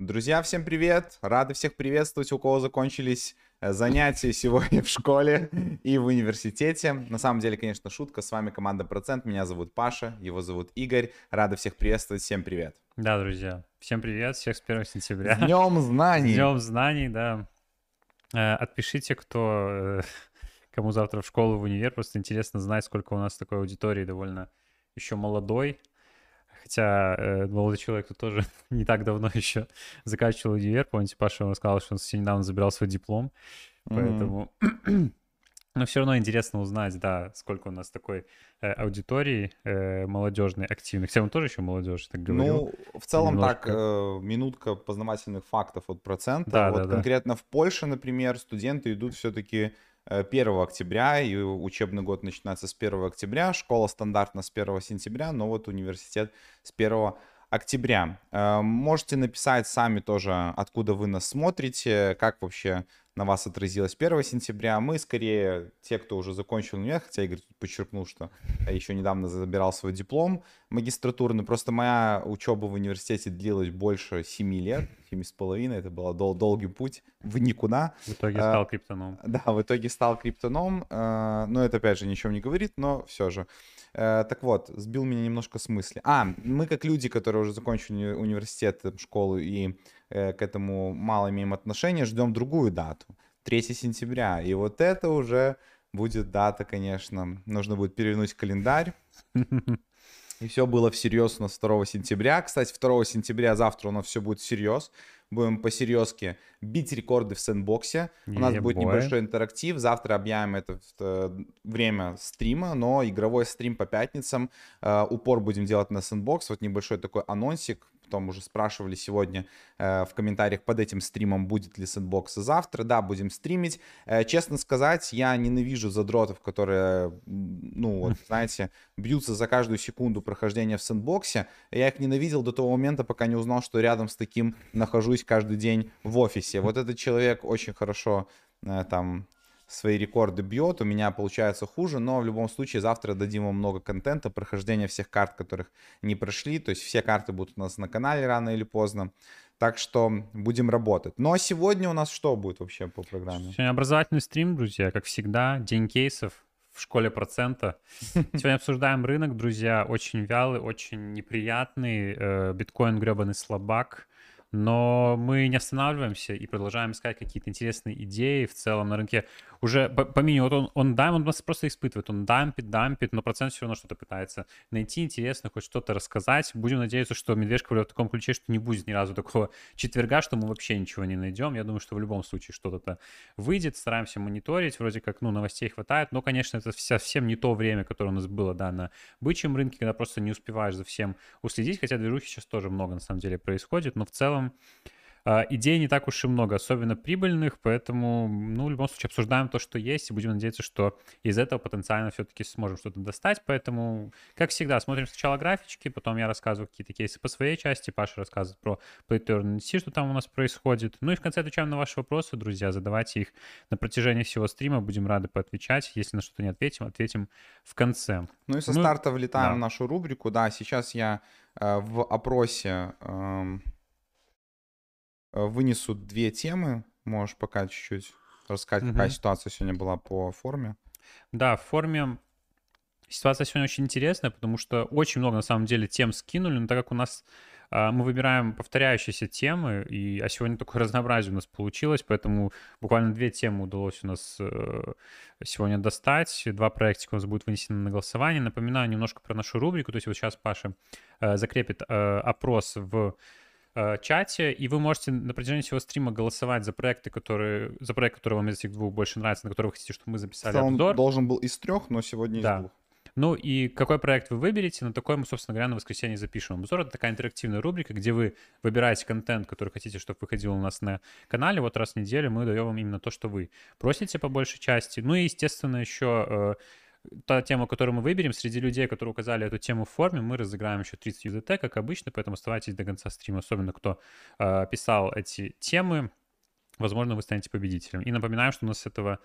Друзья, всем привет! Рады всех приветствовать, у кого закончились занятия сегодня в школе и в университете. На самом деле, конечно, шутка. С вами команда Процент. Меня зовут Паша, его зовут Игорь. Рады всех приветствовать. Всем привет! Да, друзья, всем привет, всех с 1 С сентября. Днем С знаний! Днем знаний, да. Отпишите, кому завтра в школу, в универ. Просто интересно знать, сколько у нас такой аудитории довольно еще молодой. Хотя молодой человек тут тоже не так давно еще заканчивал универ. Помните, Паша вам сказал, что он совсем недавно забирал свой диплом. Поэтому... Но все равно интересно узнать, да, сколько у нас такой аудитории молодежной, активной. Хотя он тоже еще молодежь, так говорю. Ну, в целом так, Немножко. минутка познавательных фактов от Процента. Да, Вот да, да. конкретно в Польше, например, студенты идут все-таки 1 октября, и учебный год начинается с 1 октября, школа стандартно с 1 сентября, но вот университет с 1 октября. Можете написать сами тоже, откуда вы нас смотрите, как вообще на вас отразилось 1 сентября. Мы скорее те, кто уже закончил универ, хотя Игорь тут подчеркнул, что еще недавно забирал свой диплом магистратурный. Просто моя учеба в университете длилась больше 7 лет, 7,5. Это был долгий путь в никуда. В итоге стал криптоном. Да, в итоге стал криптоном. Но это, опять же, ничего не говорит, но все же. Так вот, сбил меня немножко с мысли. Мы как люди, которые уже закончили университет, школу и к этому мало имеем отношения, ждем другую дату. 3 сентября. И вот это уже будет дата, конечно. Нужно будет перевернуть календарь. И все было всерьез у нас 2 сентября. Кстати, 2 сентября завтра у нас все будет всерьез. Будем по-серьезки бить рекорды в сэндбоксе. У нас будет небольшой интерактив. Завтра объявим это время стрима, но игровой стрим по пятницам. Упор будем делать на сэндбокс. Вот небольшой такой анонсик. Потом уже спрашивали сегодня в комментариях под этим стримом, будет ли сэндбокс завтра. Да, будем стримить. Честно сказать, я ненавижу задротов, которые, ну вот, знаете, бьются за каждую секунду прохождения в сэндбоксе. Я их ненавидел до того момента, пока не узнал, что рядом с таким нахожусь каждый день в офисе. Вот этот человек очень хорошо там свои рекорды бьет, у меня получается хуже, но в любом случае завтра дадим вам много контента, прохождения всех карт, которых не прошли, то есть все карты будут у нас на канале рано или поздно, так что будем работать. Ну а сегодня у нас что будет вообще по программе? Сегодня образовательный стрим, друзья, как всегда, день кейсов в школе Процента. Сегодня обсуждаем рынок, друзья, очень вялый, очень неприятный, биткоин гребаный слабак. Но мы не останавливаемся и продолжаем искать какие-то интересные идеи в целом на рынке. Уже по минимуму, вот он нас просто испытывает, он дампит, но Процент все равно что-то пытается найти интересно, хоть что-то рассказать. Будем надеяться, что медвежка в таком ключе, что не будет ни разу такого четверга, что мы вообще ничего не найдем. Я думаю, что в любом случае что-то выйдет, стараемся мониторить, вроде как, ну, новостей хватает, но, конечно, это совсем не то время, которое у нас было, да, на бычьем рынке, когда просто не успеваешь за всем уследить, хотя движухи сейчас тоже много, на самом деле, происходит, но в целом идей не так уж и много, особенно прибыльных, поэтому, ну, в любом случае обсуждаем то, что есть, и будем надеяться, что из этого потенциально все-таки сможем что-то достать, поэтому, как всегда, смотрим сначала графички, потом я рассказываю какие-то кейсы по своей части, Паша рассказывает про PlayTurn, что там у нас происходит, ну и в конце отвечаем на ваши вопросы, друзья, задавайте их на протяжении всего стрима, будем рады поотвечать, если на что-то не ответим в конце. Ну и со старта влетаем в да. нашу рубрику, да, сейчас я в опросе вынесу 2 темы. Можешь пока чуть-чуть рассказать, какая ситуация сегодня была по форме. Да, в форме ситуация сегодня очень интересная, потому что очень много, на самом деле, тем скинули, но так как у нас мы выбираем повторяющиеся темы, а сегодня такое разнообразие у нас получилось, поэтому буквально 2 темы удалось у нас сегодня достать. 2 проектика у нас будут вынесены на голосование. Напоминаю немножко про нашу рубрику, то есть вот сейчас Паша закрепит опрос в чате, и вы можете на протяжении всего стрима голосовать за проект, который вам из этих 2 больше нравится, на который вы хотите, чтобы мы записали обзор. Он должен был из 3, но сегодня из 2. Ну и какой проект вы выберете, на такой мы, собственно говоря, на воскресенье запишем обзор. Это такая интерактивная рубрика, где вы выбираете контент, который хотите, чтобы выходил у нас на канале. Вот раз в неделю мы даем вам именно то, что вы просите по большей части. Ну и, естественно, еще та тема, которую мы выберем, среди людей, которые указали эту тему в форме, мы разыграем еще 30 USDT, как обычно, поэтому оставайтесь до конца стрима, особенно кто писал эти темы. Возможно, вы станете победителем. И напоминаем, что у нас с этого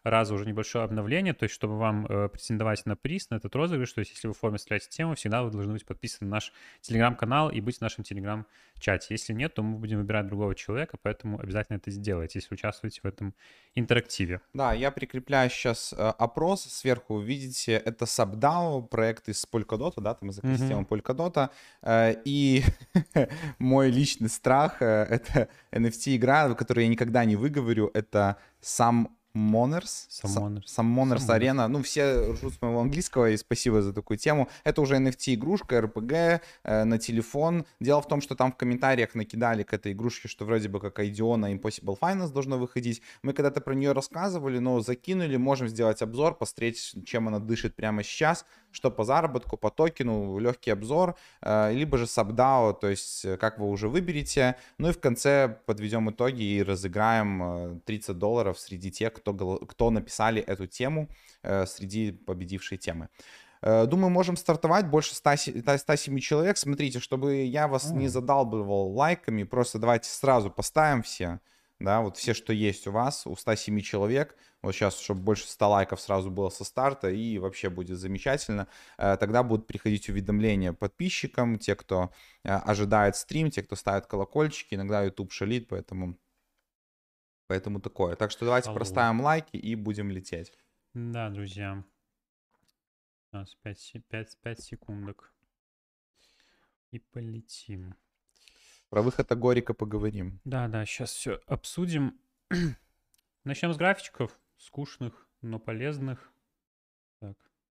раза уже небольшое обновление, то есть чтобы вам претендовать на приз, на этот розыгрыш, то есть если вы в форме оставляете тему, всегда вы должны быть подписаны на наш телеграм-канал и быть в нашем телеграм-чате. Если нет, то мы будем выбирать другого человека, поэтому обязательно это сделайте, если участвуете в этом интерактиве. Да, я прикрепляю сейчас опрос. Сверху вы видите, это SubDAO, проект из Polkadot, да, там из экосистемы Polkadot. И мой личный страх — это NFT-игра, которую я никогда не выговорю. Это Summoners Arena. Ну, все ржут с моего английского, и спасибо за такую тему. Это уже NFT-игрушка, RPG на телефон. Дело в том, что там в комментариях накидали к этой игрушке, что вроде бы как Ideona Impossible Finance должно выходить. Мы когда-то про нее рассказывали, но закинули. Можем сделать обзор, посмотреть, чем она дышит прямо сейчас. Что по заработку, по токену, легкий обзор. Либо же SubDAO, то есть как вы уже выберете. Ну и в конце подведем итоги и разыграем $30 среди тех, кто написали эту тему, среди победившей темы. Думаю, можем стартовать. Больше 107 человек. Смотрите, чтобы я вас не задалбывал лайками, просто давайте сразу поставим все. Да, вот все, что есть у вас, у 107 человек. Вот сейчас, чтобы больше 100 лайков сразу было со старта, и вообще будет замечательно. Тогда будут приходить уведомления подписчикам, те, кто ожидает стрим, те, кто ставит колокольчики. Иногда YouTube шалит, поэтому такое. Так что давайте проставим лайки и будем лететь. Да, друзья. У нас 5 секундок. И полетим. Про выход Агорика поговорим. Да, сейчас все обсудим. Начнем с графичков. Скучных, но полезных. Так.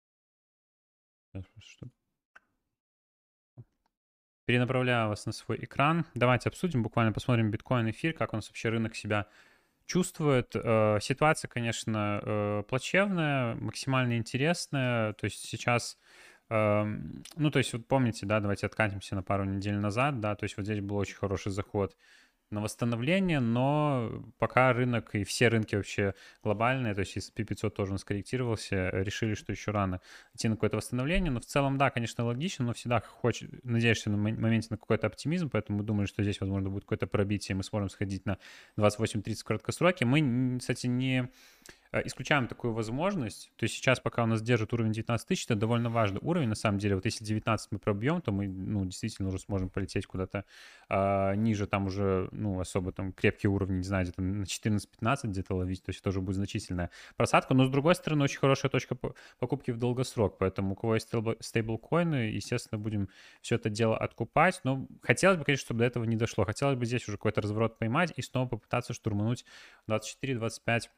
Перенаправляю вас на свой экран. Давайте обсудим, буквально посмотрим биткоин, эфир, как у нас вообще рынок себя чувствует. Ситуация, конечно, плачевная, максимально интересная. То есть сейчас, ну, то есть вот помните, да, давайте откатимся на пару недель назад, да, то есть вот здесь был очень хороший заход на восстановление, но пока рынок и все рынки вообще глобальные, то есть S&P 500 тоже он скорректировался, решили, что еще рано идти на какое-то восстановление, но в целом, да, конечно, логично, но всегда надеешься на моменте на какой-то оптимизм, поэтому мы думали, что здесь, возможно, будет какое-то пробитие, и мы сможем сходить на 28-30 в краткосроке. Мы, кстати, не исключаем такую возможность. То есть сейчас, пока у нас держит уровень 19 тысяч, это довольно важный уровень, на самом деле. Вот если 19 мы пробьем, то мы, ну, действительно уже сможем полететь куда-то ниже, там уже, ну, особо там крепкие уровни, не знаю, где-то на 14-15 где-то ловить, то есть это уже будет значительная просадка. Но, с другой стороны, очень хорошая точка покупки в долгосрок, поэтому у кого есть стейблкоины, естественно, будем все это дело откупать. Но хотелось бы, конечно, чтобы до этого не дошло. Хотелось бы здесь уже какой-то разворот поймать и снова попытаться штурмануть 24-25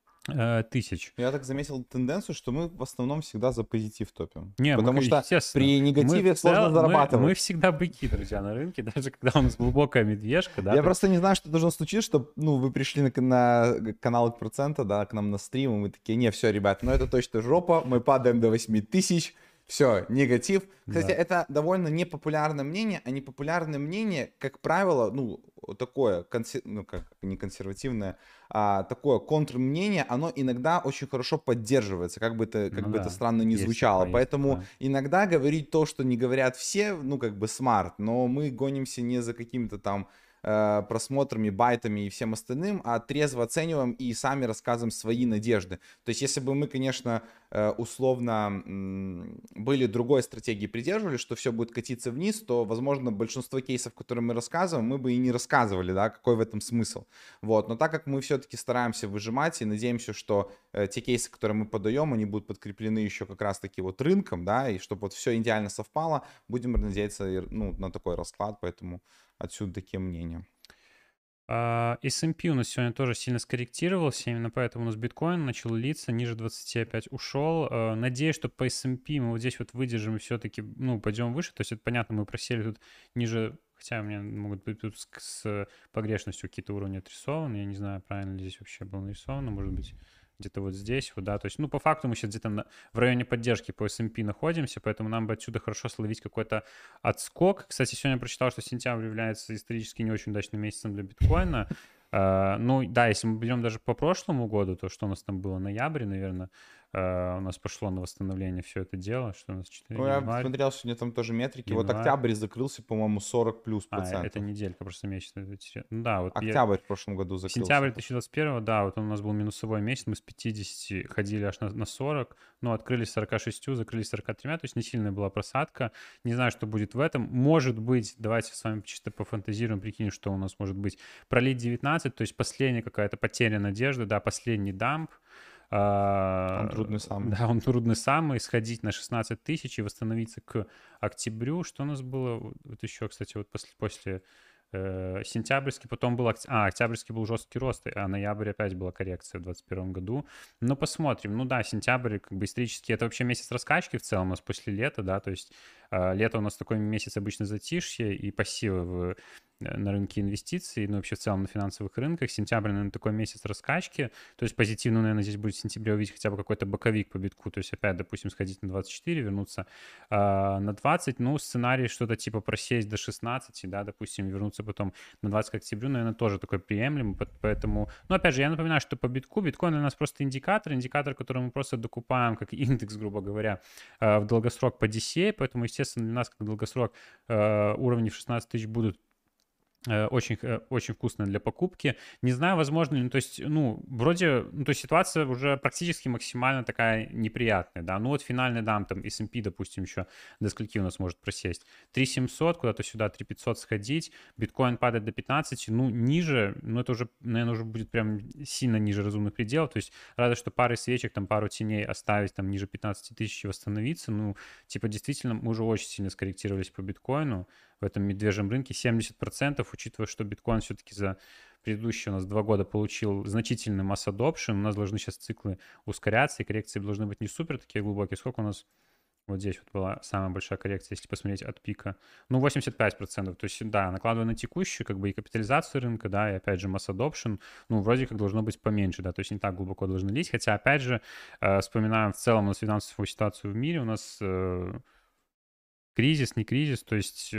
тысяч. Я так заметил тенденцию, что мы в основном всегда за позитив топим. Не, потому что естественно, при негативе сложно зарабатывать. Мы всегда быки, друзья, на рынке, даже когда у нас глубокая медвежка. Да, я просто не знаю, что должно случиться, чтобы, ну, вы пришли на канал процента, да, к нам на стрим, и мы такие: не, все, ребят, ну это точно жопа, мы падаем до 8 тысяч. Все, негатив. Кстати, это довольно непопулярное мнение, а непопулярное мнение, как правило, ну, такое, ну, как не консервативное, а такое контрмнение, оно иногда очень хорошо поддерживается, как бы это странно ни звучало. Поэтому иногда говорить то, что не говорят все, ну, как бы смарт, но мы гонимся не за какими-то там просмотрами, байтами и всем остальным, а трезво оцениваем и сами рассказываем свои надежды. То есть если бы мы, конечно, условно были другой стратегии придерживались, что все будет катиться вниз, то, возможно, большинство кейсов, которые мы рассказываем, мы бы и не рассказывали, да, какой в этом смысл. Вот. Но так как мы все-таки стараемся выжимать и надеемся, что те кейсы, которые мы подаем, они будут подкреплены еще как раз-таки вот рынком, да, и чтобы вот все идеально совпало, будем надеяться, ну, на такой расклад, поэтому отсюда такие мнения. S&P у нас сегодня тоже сильно скорректировался, именно поэтому у нас биткоин начал литься, ниже 20 опять ушел. Надеюсь, что по S&P мы вот здесь вот выдержим и все-таки, ну, пойдем выше. То есть это понятно, мы просели тут ниже, хотя у меня могут быть тут с погрешностью какие-то уровни отрисованы. Я не знаю, правильно ли здесь вообще было нарисовано, может быть где-то вот здесь, вот, да, то есть, ну, по факту мы сейчас где-то в районе поддержки по S&P находимся, поэтому нам бы отсюда хорошо словить какой-то отскок. Кстати, сегодня я прочитал, что сентябрь является исторически не очень удачным месяцем для биткоина. Ну, да, если мы берем даже по прошлому году, то что у нас там было, ноябрь, наверное, у нас пошло на восстановление все это дело, что у нас 4, Ну, я январь, смотрел сегодня там тоже метрики. Вот январь. октябрь закрылся, по-моему, 40 плюс Это процентов. неделька, просто месяц. Ну да, вот Октябрь в прошлом году закрылся. сентябрь 2021, да, вот он у нас был минусовой месяц, мы с 50 ходили аж на 40, но открылись 46, закрылись 43, то есть не сильная была просадка. Не знаю, что будет в этом. Может быть, давайте с вами чисто пофантазируем, прикинем, что у нас может быть. Пролить 19, то есть последняя какая-то потеря надежды, да, последний дамп. Он трудный самый. Да, он трудный самый, сходить на 16 тысяч и восстановиться к октябрю. Что у нас было? Вот еще, кстати, вот после сентябрьский, потом был октябрьский был жесткий рост, а ноябрь опять была коррекция в 2021 году. Но посмотрим. Ну да, сентябрь как бы исторически, это вообще месяц раскачки в целом у нас после лета, да, то есть лето у нас такой месяц обычно затишье и пассивы на рынке инвестиций, ну вообще в целом на финансовых рынках. Сентябрь, наверное, такой месяц раскачки, то есть позитивно, наверное, здесь будет в сентябре увидеть хотя бы какой-то боковик по битку, то есть опять, допустим, сходить на 24, вернуться на 20, ну, сценарий что-то типа просесть до 16, да, допустим, вернуться потом на 20 к октябрю, наверное, тоже такой приемлемый, поэтому, ну, опять же, я напоминаю, что по биткоин для нас просто индикатор, который мы просто докупаем как индекс, грубо говоря, в долгосрок по DCA, поэтому, естественно, для нас как долгосрок уровни в 16 тысяч будут очень вкусно для покупки. Не знаю, возможно ли, ну, то есть, ну, вроде, ну, то есть ситуация уже практически максимально такая неприятная, да, ну, вот финальный дамп, там, S&P, допустим, еще до скольки у нас может просесть? 3700, куда-то сюда 3500 сходить, биткоин падает до 15, ну, ниже, ну, это уже, наверное, уже будет прям сильно ниже разумных пределов, то есть разве что пары свечек, там, пару теней оставить, там, ниже 15 тысяч и восстановиться, ну, типа, действительно, мы уже очень сильно скорректировались по биткоину, в этом медвежьем рынке 70%, учитывая, что биткоин все-таки за предыдущие у нас 2 года получил значительный масс adoption, у нас должны сейчас циклы ускоряться, и коррекции должны быть не супер такие глубокие. Сколько у нас вот здесь вот была самая большая коррекция, если посмотреть от пика? Ну, 85%. То есть, да, накладывая на текущую, как бы и капитализацию рынка, да, и опять же масс adoption, ну, вроде как должно быть поменьше, да, то есть не так глубоко должны лезть. Хотя, опять же, вспоминаем в целом у нас финансовую ситуацию в мире, у нас кризис, не кризис, то есть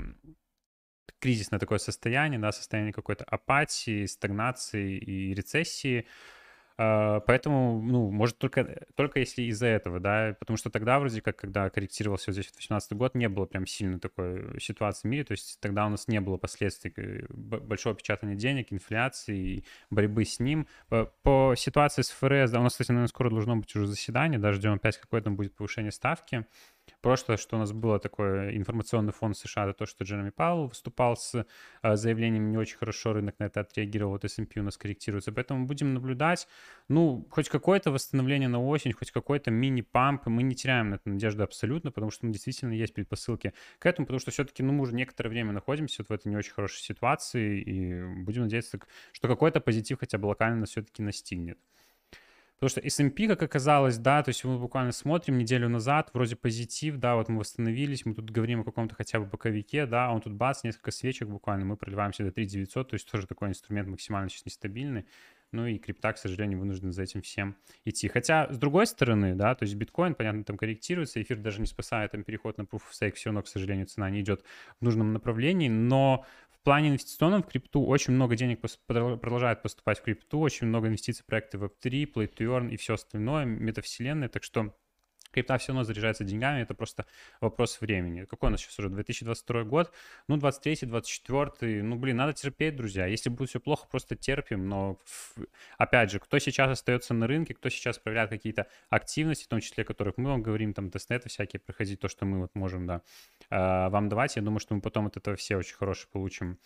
кризисное такое состояние, да, состояние какой-то апатии, стагнации и рецессии. Поэтому, ну, может, только если из-за этого, да, потому что тогда вроде как, когда корректировался вот здесь 2018 год, не было прям сильно такой ситуации в мире, то есть тогда у нас не было последствий большого печатания денег, инфляции и борьбы с ним. По ситуации с ФРС, да, у нас, кстати, наверное, скоро должно быть уже заседание, да, ждем опять какое там будет повышение ставки. Прошлое, что у нас было такое информационный фонд США, это то, что Джереми Пауэлл выступал с заявлением, не очень хорошо рынок на это отреагировал, вот S&P у нас корректируется, поэтому будем наблюдать, ну, хоть какое-то восстановление на осень, хоть какой-то мини-памп, мы не теряем на это надежды абсолютно, потому что, ну, действительно есть предпосылки к этому, потому что все-таки, ну, мы уже некоторое время находимся вот в этой не очень хорошей ситуации, и будем надеяться, что какой-то позитив хотя бы локально нас все-таки настигнет. Потому что S&P, как оказалось, да, то есть мы буквально смотрим неделю назад, вроде позитив, да, вот мы восстановились, мы тут говорим о каком-то хотя бы боковике, да, а он тут бац, несколько свечек буквально, мы проливаемся до 3900, то есть тоже такой инструмент максимально сейчас нестабильный. Ну и крипта, к сожалению, вынужден за этим всем идти. Хотя, с другой стороны, да, то есть биткоин, понятно, там корректируется, эфир даже не спасает, там переход на Proof of Stake, все равно, к сожалению, цена не идет в нужном направлении, но в плане инвестиционном в крипту очень много денег продолжает поступать в крипту, очень много инвестиций в проекты Web3, Play to Earn и все остальное, метавселенная, так что крипта все равно заряжается деньгами, это просто вопрос времени. Какой у нас сейчас уже 2022 год? Ну, 23-й, 24-й, ну, блин, надо терпеть, друзья. Если будет все плохо, просто терпим, но, опять же, кто сейчас остается на рынке, кто сейчас проявляет какие-то активности, в том числе, о которых мы вам говорим, там, тестнеты всякие проходить, то, что мы вот можем, да, вам давать, я думаю, что мы потом от этого все очень хороший получим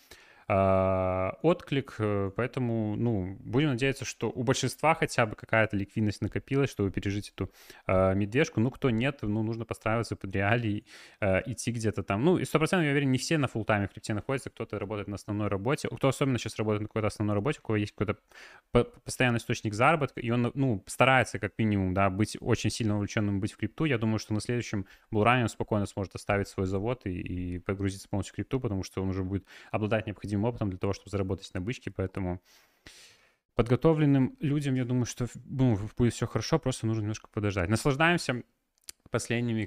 отклик, поэтому, ну, будем надеяться, что у большинства хотя бы какая-то ликвидность накопилась, чтобы пережить эту медвежку. Ну, кто нет, ну, нужно подстраиваться под реалии, идти где-то там. Ну, и 100% я уверен, не все на фулл-тайме в крипте находятся, кто-то работает на основной работе, кто особенно сейчас работает на какой-то основной работе, у кого есть какой-то постоянный источник заработка, и он, ну, старается как минимум, да, быть очень сильно увлеченным, быть в крипту. Я думаю, что на следующем булране он спокойно сможет оставить свой завод и погрузиться полностью в крипту, потому что он уже будет обладать необходимым опытом для того, чтобы заработать на бычке, поэтому подготовленным людям, я думаю, что, ну, будет все хорошо, просто нужно немножко подождать. Наслаждаемся последними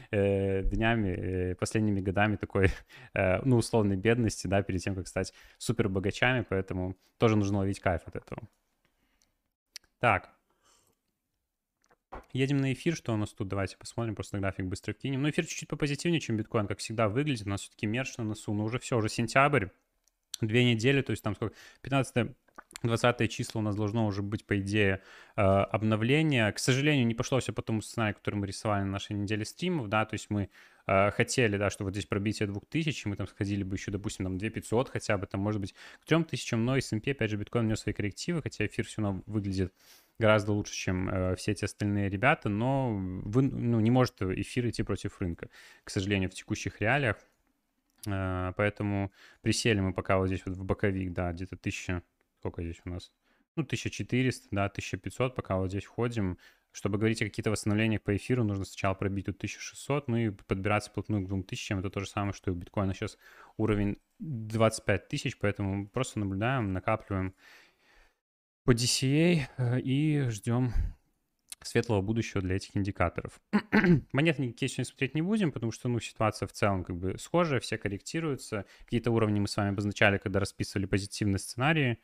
днями, последними годами такой, ну, условной бедности, да, перед тем, как стать супер богачами, поэтому тоже нужно ловить кайф от этого. Так. Едем на эфир, что у нас тут, давайте посмотрим, просто график быстро вкинем. Ну, эфир чуть-чуть попозитивнее, чем биткоин, как всегда выглядит, у нас все-таки мерч на носу, но уже все, уже сентябрь, 2 недели, то есть там сколько, 15-20 числа у нас должно уже быть, по идее, обновление. К сожалению, не пошло все по тому сценарию, который мы рисовали на нашей неделе стримов, да, то есть мы хотели, да, что вот здесь пробитие 2000, мы там сходили бы еще, допустим, там 2500 хотя бы, там, может быть, к 3000, но S&P, опять же, биткоин внес свои коррективы, хотя эфир все равно выглядит гораздо лучше, чем все эти остальные ребята, но не может эфир идти против рынка, к сожалению, в текущих реалиях. Поэтому присели мы пока вот здесь вот в боковик, да, где-то 1000, сколько здесь у нас? Ну, 1400, да, 1500, пока вот здесь входим. Чтобы говорить о каких-то восстановлениях по эфиру, нужно сначала пробить тут 1600, ну и подбираться вплотную к 2000. Это то же самое, что и у биткоина сейчас уровень 25 тысяч, поэтому просто наблюдаем, накапливаем по DCA и ждем светлого будущего для этих индикаторов. Монеты никакие сегодня смотреть не будем, потому что, ну, ситуация в целом как бы схожая, все корректируются. Какие-то уровни мы с вами обозначали, когда расписывали позитивные сценарии.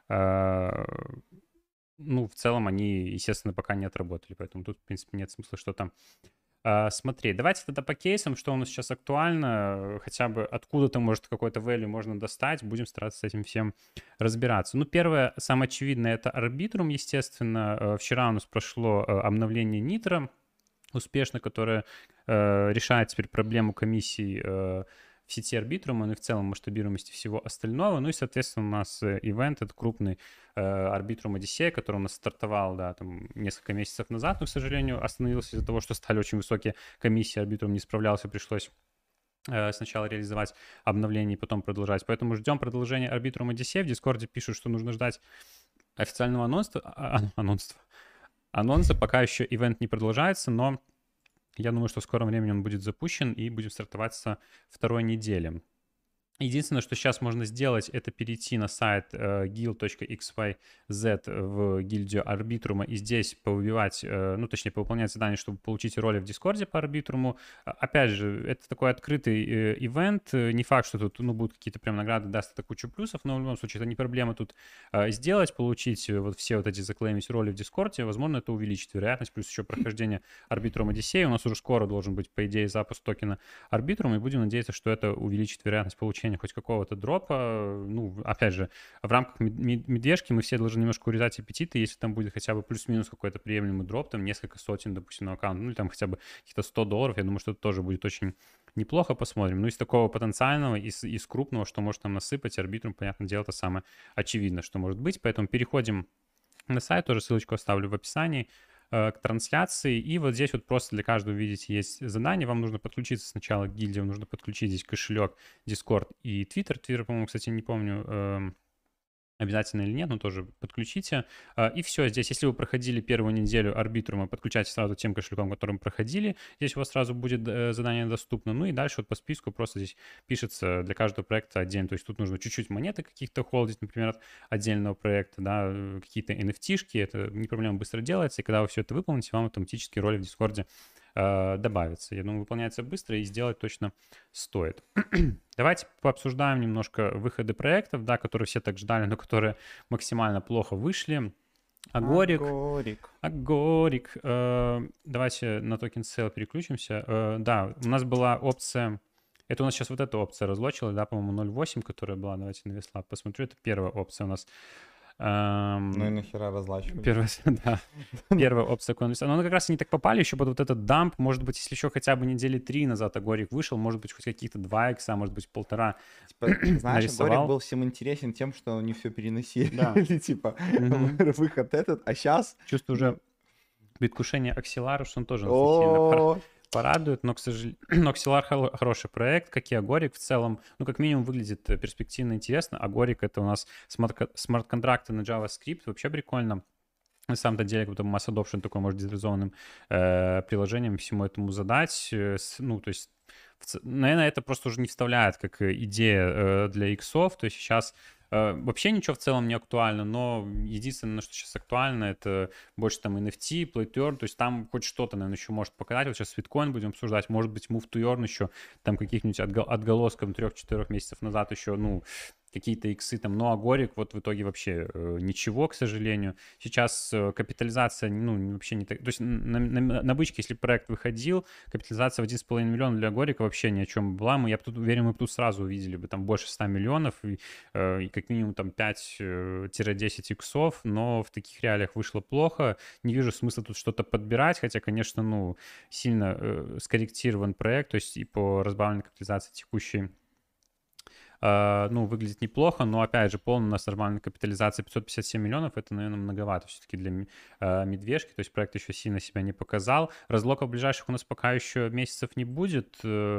Ну, в целом они, естественно, пока не отработали, поэтому тут, в принципе, нет смысла что-то смотреть. Давайте тогда по кейсам, что у нас сейчас актуально, хотя бы откуда-то, может, какой-то value можно достать, будем стараться с этим всем разбираться. Ну, первое, самое очевидное, это Arbitrum, естественно. Вчера у нас прошло обновление Nitro успешно, которое решает теперь проблему комиссий в сети Arbitrum, ну и в целом масштабируемости всего остального. Ну и, соответственно, у нас ивент, это крупный Arbitrum Odyssey, который у нас стартовал, да, там несколько месяцев назад, но, к сожалению, остановился из-за того, что стали очень высокие комиссии, Arbitrum не справлялся, пришлось сначала реализовать обновление и потом продолжать. Поэтому ждем продолжения Arbitrum Odyssey. В Дискорде пишут, что нужно ждать официального анонса. Пока еще ивент не продолжается, но я думаю, что в скором времени он будет запущен и будем стартовать со второй недели. Единственное, что сейчас можно сделать, это перейти на сайт guild.xyz в гильдию Арбитрума и здесь повыбивать, ну, точнее, повыполнять задание, чтобы получить роли в Дискорде по Арбитруму. Опять же, это такой открытый ивент. Не факт, что тут, ну, будут какие-то прям награды, даст это кучу плюсов, но в любом случае это не проблема тут сделать, получить вот все вот эти заклеймить роли в Дискорде. Возможно, это увеличит вероятность, плюс еще прохождение Арбитрум Одиссея. У нас уже скоро должен быть, по идее, запуск токена Арбитрум, и будем надеяться, что это увеличит вероятность получения хоть какого-то дропа. Ну, опять же, в рамках медвежки мы все должны немножко урезать аппетиты, если там будет хотя бы плюс-минус какой-то приемлемый дроп, там несколько сотен, допустим, на аккаунт, ну или там хотя бы каких-то $100, я думаю, что это тоже будет очень неплохо, посмотрим. Ну, из такого потенциального, из крупного, что может нам насыпать Арбитрум, понятное дело, это самое очевидное, что может быть, поэтому переходим на сайт, тоже ссылочку оставлю в описании, к трансляции. И вот здесь вот просто для каждого, видите, есть задание. Вам нужно подключиться сначала к гильдии, вам нужно подключить здесь кошелек, Discord и Twitter. Twitter, по-моему, кстати, не помню, обязательно или нет, но тоже подключите. И все, здесь, если вы проходили первую неделю Арбитрума, подключайте сразу тем кошельком, которым проходили. Здесь у вас сразу будет задание доступно. Ну и дальше вот по списку просто здесь пишется для каждого проекта отдельно. То есть тут нужно чуть-чуть монеты каких-то холдить, например, от отдельного проекта, да, какие-то NFT-шки. Это не проблема, быстро делается. И когда вы все это выполните, вам автоматически роли в Дискорде добавится. Я думаю, выполняется быстро и сделать точно стоит. Давайте пообсуждаем немножко выходы проектов, да, которые все так ждали, но которые максимально плохо вышли. Агорик. Давайте на токен sale переключимся. Да, у нас была опция. Это у нас сейчас вот эта опция разлочилась, да, по-моему, 0.8, которая была. Давайте на веслап посмотрю. Это первая опция у нас. Ну и нахера разлачивать? Первая опция CoinList. Но мы как раз и не так попали еще под вот этот дамп. Может быть, если еще хотя бы недели 3 назад Агорик вышел, может быть, хоть каких-то 2 икса, может быть, 1,5 знаешь, Агорик был всем интересен тем, что они все переносили. Да. Типа, выход этот, а сейчас... Чувствую уже предвкушение Axelar, что он тоже сильно порадует, но, к сожалению, Axelar хороший проект, как и Агорик в целом. Ну, как минимум, выглядит перспективно интересно. Агорик — это у нас смарт-контракты на JavaScript, вообще прикольно. На самом-то деле, как будто Mass Adoption такой, может, децентрализованным приложением всему этому задать. Ну, то есть, наверное, это просто уже не вставляет как идея для иксов. То есть сейчас вообще ничего в целом не актуально, но единственное, что сейчас актуально, это больше там NFT, Play to Earn, то есть там хоть что-то, наверное, еще может показать. Вот сейчас Bitcoin будем обсуждать, может быть, Move to Earn еще, там каких-нибудь отголосков 3-4 месяцев назад еще, ну, какие-то иксы там, ну, а Горик вот в итоге вообще ничего, к сожалению. Сейчас капитализация, ну, вообще не так, то есть на бычке, если проект выходил, капитализация в 1,5 миллиона для Горика вообще ни о чем была, я бы тут уверен, мы бы тут сразу увидели бы там больше 100 миллионов и как минимум там 5-10 иксов, но в таких реалиях вышло плохо, не вижу смысла тут что-то подбирать, хотя, конечно, ну, сильно скорректирован проект, то есть и по разбавленной капитализации текущей ну, выглядит неплохо, но, опять же, полная у нас нормальная капитализация 557 миллионов, это, наверное, многовато все-таки для медвежки, то есть проект еще сильно себя не показал. Разлоков ближайших у нас пока еще месяцев не будет,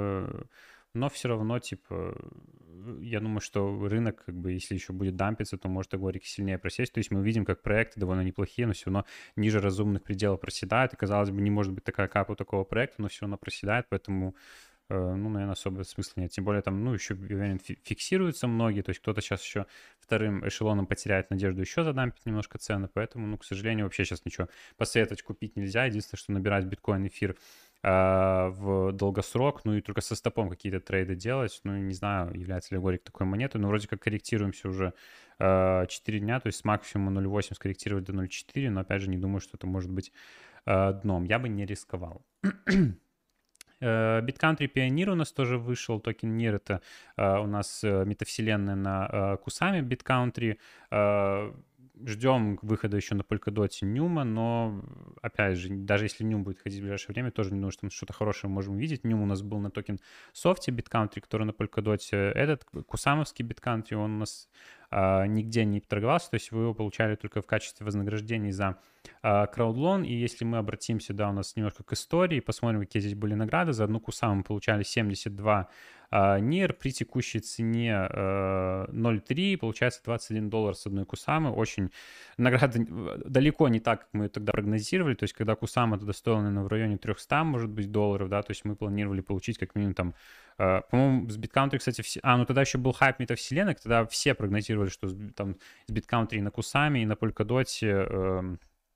но все равно, типа, я думаю, что рынок, как бы, если еще будет дампиться, то может и Горик сильнее просесть. То есть мы видим, как проекты довольно неплохие, но все равно ниже разумных пределов проседают. И, казалось бы, не может быть такая капа у такого проекта, но все равно проседает, поэтому ну, наверное, особо смысла нет. Тем более там, ну, еще, я уверен, фиксируются многие, то есть кто-то сейчас еще вторым эшелоном потеряет надежду еще задампить немножко цены, поэтому, ну, к сожалению, вообще сейчас ничего посоветовать купить нельзя. Единственное, что набирать биткоин, эфир в долгосрок, ну и только со стопом какие-то трейды делать. Ну, не знаю, является ли Горик такой монетой, но вроде как корректируемся уже 4 дня, то есть с максимума 0,8 скорректировать до 0,4, но опять же не думаю, что это может быть дном. Я бы не рисковал. BitCountry Pioneer у нас тоже вышел, токен NIR, это у нас метавселенная на Кусами BitCountry. Ждем выхода еще на Polkadot Numa, но, опять же, даже если Num будет ходить в ближайшее время, тоже не думаю, что мы что-то хорошее можем увидеть. Num у нас был на токен софте BitCountry, который на Polkadot. Этот кусамовский BitCountry, он у нас нигде не торговался, то есть вы его получали только в качестве вознаграждений за краудлон. И если мы обратимся, да, у нас немножко к истории, посмотрим, какие здесь были награды. За одну кусаму мы получали 72 NIR при текущей цене 0,3, получается $21 с одной кусамы. Очень награда далеко не так, как мы тогда прогнозировали. То есть когда кусама тогда стоила, наверное, в районе 300, может быть, долларов, да, то есть мы планировали получить как минимум там, по-моему, с BitCountry, кстати, ну тогда еще был хайп метавселенных, тогда все прогнозировали, что там с BitCountry и на кусами, и на Polkadot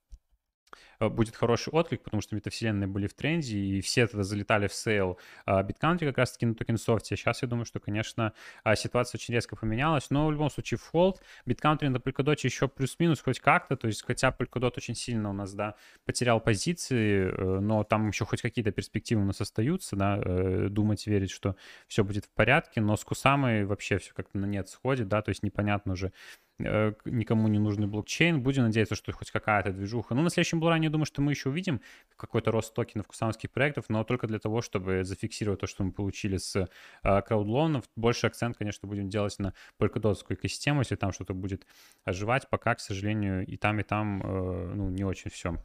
будет хороший отклик, потому что метавселенные были в тренде, и все тогда залетали в сейл BitCountry как раз-таки на токенсофте. Сейчас я думаю, что, конечно, ситуация очень резко поменялась, но в любом случае в холд. BitCountry на Polkadot еще плюс-минус хоть как-то, то есть хотя Polkadot очень сильно у нас, да, потерял позиции, но там еще хоть какие-то перспективы у нас остаются, да, думать, верить, что все будет в порядке, но с Кусамой вообще все как-то на нет сходит, да, то есть непонятно уже, никому не нужный блокчейн. Будем надеяться, что хоть какая-то движуха. Ну, на следующем булране, я думаю, что мы еще увидим какой-то рост токенов кусамских проектов, но только для того, чтобы зафиксировать то, что мы получили с краудлонов. Больше акцент, конечно, будем делать на полькодотскую экосистему, если там что-то будет оживать. Пока, к сожалению, и там, ну, не очень все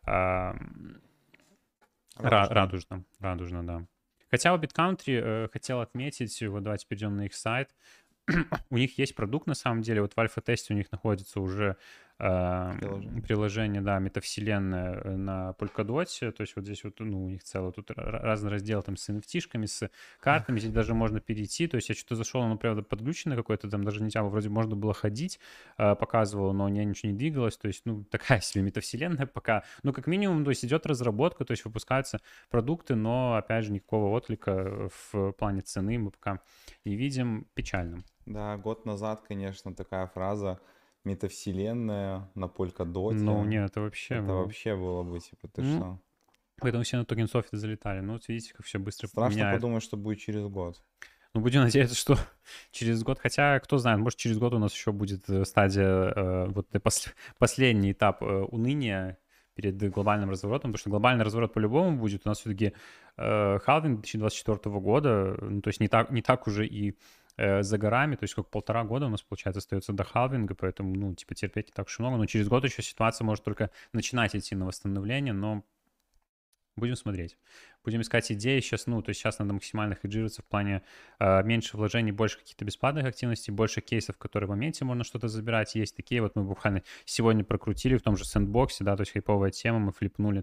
радужно, да. Хотя у BitCountry хотел отметить, вот давайте перейдем на их сайт, у них есть продукт, на самом деле, вот в альфа-тесте у них находится уже приложение, да, метавселенная на Polkadot, то есть вот здесь вот, ну, у них целый тут разный раздел там с NFT-шками, с картами, здесь даже можно перейти, то есть я что-то зашел, оно, правда, подключено какое-то, там даже нельзя, вроде можно было ходить, показывало, но у меня ничего не двигалось, то есть, ну, такая себе метавселенная пока, ну, как минимум, то есть идет разработка, то есть выпускаются продукты, но, опять же, никакого отклика в плане цены мы пока не видим, печально. Да, год назад, конечно, такая фраза метавселенная на Polkadot. Ну, нет, это вообще было бы, типа, ты что? Поэтому все на токенсофте залетали. Ну, вот видите, как все быстро Страшно меняет. подумать, что будет через год. Ну, будем надеяться, что через год, хотя, кто знает, может, через год у нас еще будет стадия, вот последний этап уныния перед глобальным разворотом, потому что глобальный разворот по-любому будет. У нас все-таки халвинг 2024 года, ну, то есть не так уже и за горами, то есть как 1,5 года у нас, получается, остается до халвинга, поэтому, ну, типа, терпеть не так уж много, но через год еще ситуация может только начинать идти на восстановление, но будем смотреть. Будем искать идеи сейчас, ну, то есть сейчас надо максимально хеджироваться в плане меньше вложений, больше каких-то бесплатных активностей, больше кейсов, которые в моменте можно что-то забирать. Есть такие, вот мы буквально сегодня прокрутили в том же сэндбоксе, да, то есть хайповая тема, мы флипнули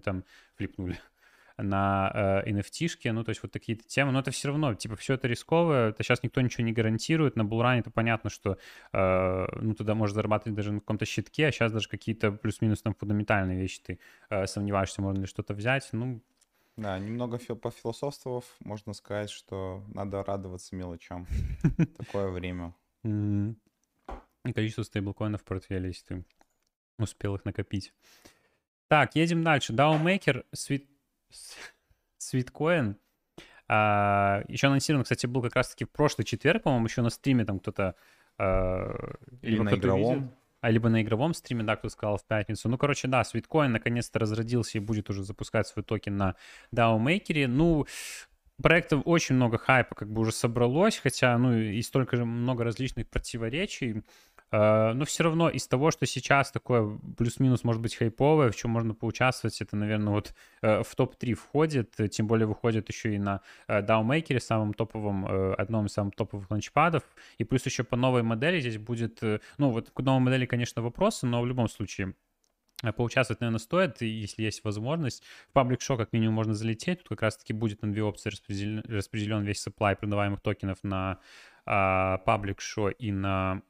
на NFT-шке, ну, то есть вот такие-то темы, но это все равно, типа, все это рисковое, это сейчас никто ничего не гарантирует, на булране это понятно, что, ну, туда можешь зарабатывать даже на каком-то щитке, а сейчас даже какие-то плюс-минус там фундаментальные вещи ты сомневаешься, можно ли что-то взять, ну. Да, немного пофилософствовав, можно сказать, что надо радоваться мелочам. Такое время. М, И количество стейблкоинов в портфеле, если ты успел их накопить. Так, едем дальше. DAO-мейкер, Sweetcoin. Еще анонсирован, кстати, был как раз-таки в прошлый четверг, по-моему, еще на стриме там кто-то Или либо на кто-то увидел, игровом. либо на игровом стриме, да, кто сказал в пятницу. Ну, короче, да, Sweetcoin наконец-то разродился и будет уже запускать свой токен на DAO-мейкере. Ну, проектов очень много хайпа как бы уже собралось, хотя, ну, и столько же много различных противоречий. Но все равно из того, что сейчас такое плюс-минус может быть хайповое, в чем можно поучаствовать, это, наверное, вот в топ-3 входит, тем более выходит еще и на DAO-мейкере, самым топовым, одном из самых топовых ланчпадов, и плюс еще по новой модели здесь будет, ну, вот к новой модели, конечно, вопросы, но в любом случае поучаствовать, наверное, стоит, и если есть возможность. В паблик шоу как минимум можно залететь. Тут как раз-таки будет на две опции распределен весь supply продаваемых токенов на паблик шоу и на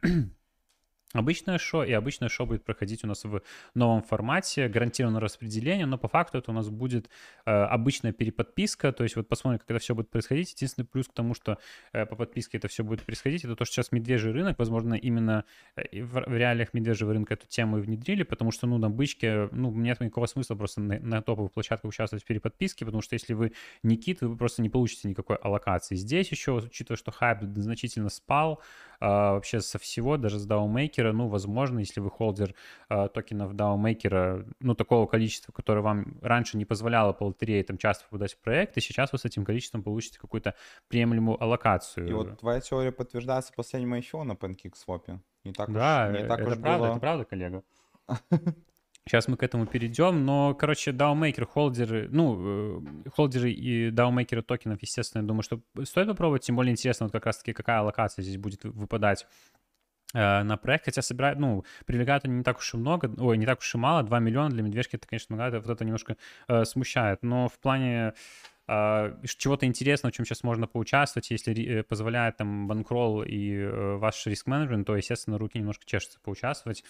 обычное шоу, и обычное шоу будет проходить у нас в новом формате, гарантированное распределение, но по факту это у нас будет обычная переподписка, то есть вот посмотрим, как это все будет происходить. Единственный плюс к тому, что по подписке это все будет происходить, это то, что сейчас медвежий рынок, возможно, именно в реалиях медвежьего рынка эту тему и внедрили, потому что, ну, на бычке, ну, нет никакого смысла просто на топовых площадках участвовать в переподписке, потому что если вы не кит, вы просто не получите никакой аллокации. Здесь еще, учитывая, что хайп значительно спал, вообще со всего, даже с DAO-мейкера, ну, возможно, если вы холдер токенов DAO-мейкера, ну, такого количества, которое вам раньше не позволяло по лотерее там часто попадать в проекты, сейчас вы с этим количеством получите какую-то приемлемую И аллокацию. вот твоя теория подтверждается последним ICO на PancakeSwap. Да, Не так уж это было. правда, коллега. Сейчас мы к этому перейдем, но, короче, DAO-мейкер, холдеры, ну, холдеры и DAO-мейкеры токенов, естественно, я думаю, что стоит попробовать, тем более интересно, вот как раз-таки какая аллокация здесь будет выпадать на проект, хотя собирают, ну, привлекают они не так уж и много, ой, не так уж и мало, 2 миллиона для медвежки, это, конечно, много, вот это немножко смущает, но в плане чего-то интересного, в чем сейчас можно поучаствовать, если позволяет там банкролл и ваш риск-менеджмент, то, естественно, руки немножко чешутся поучаствовать,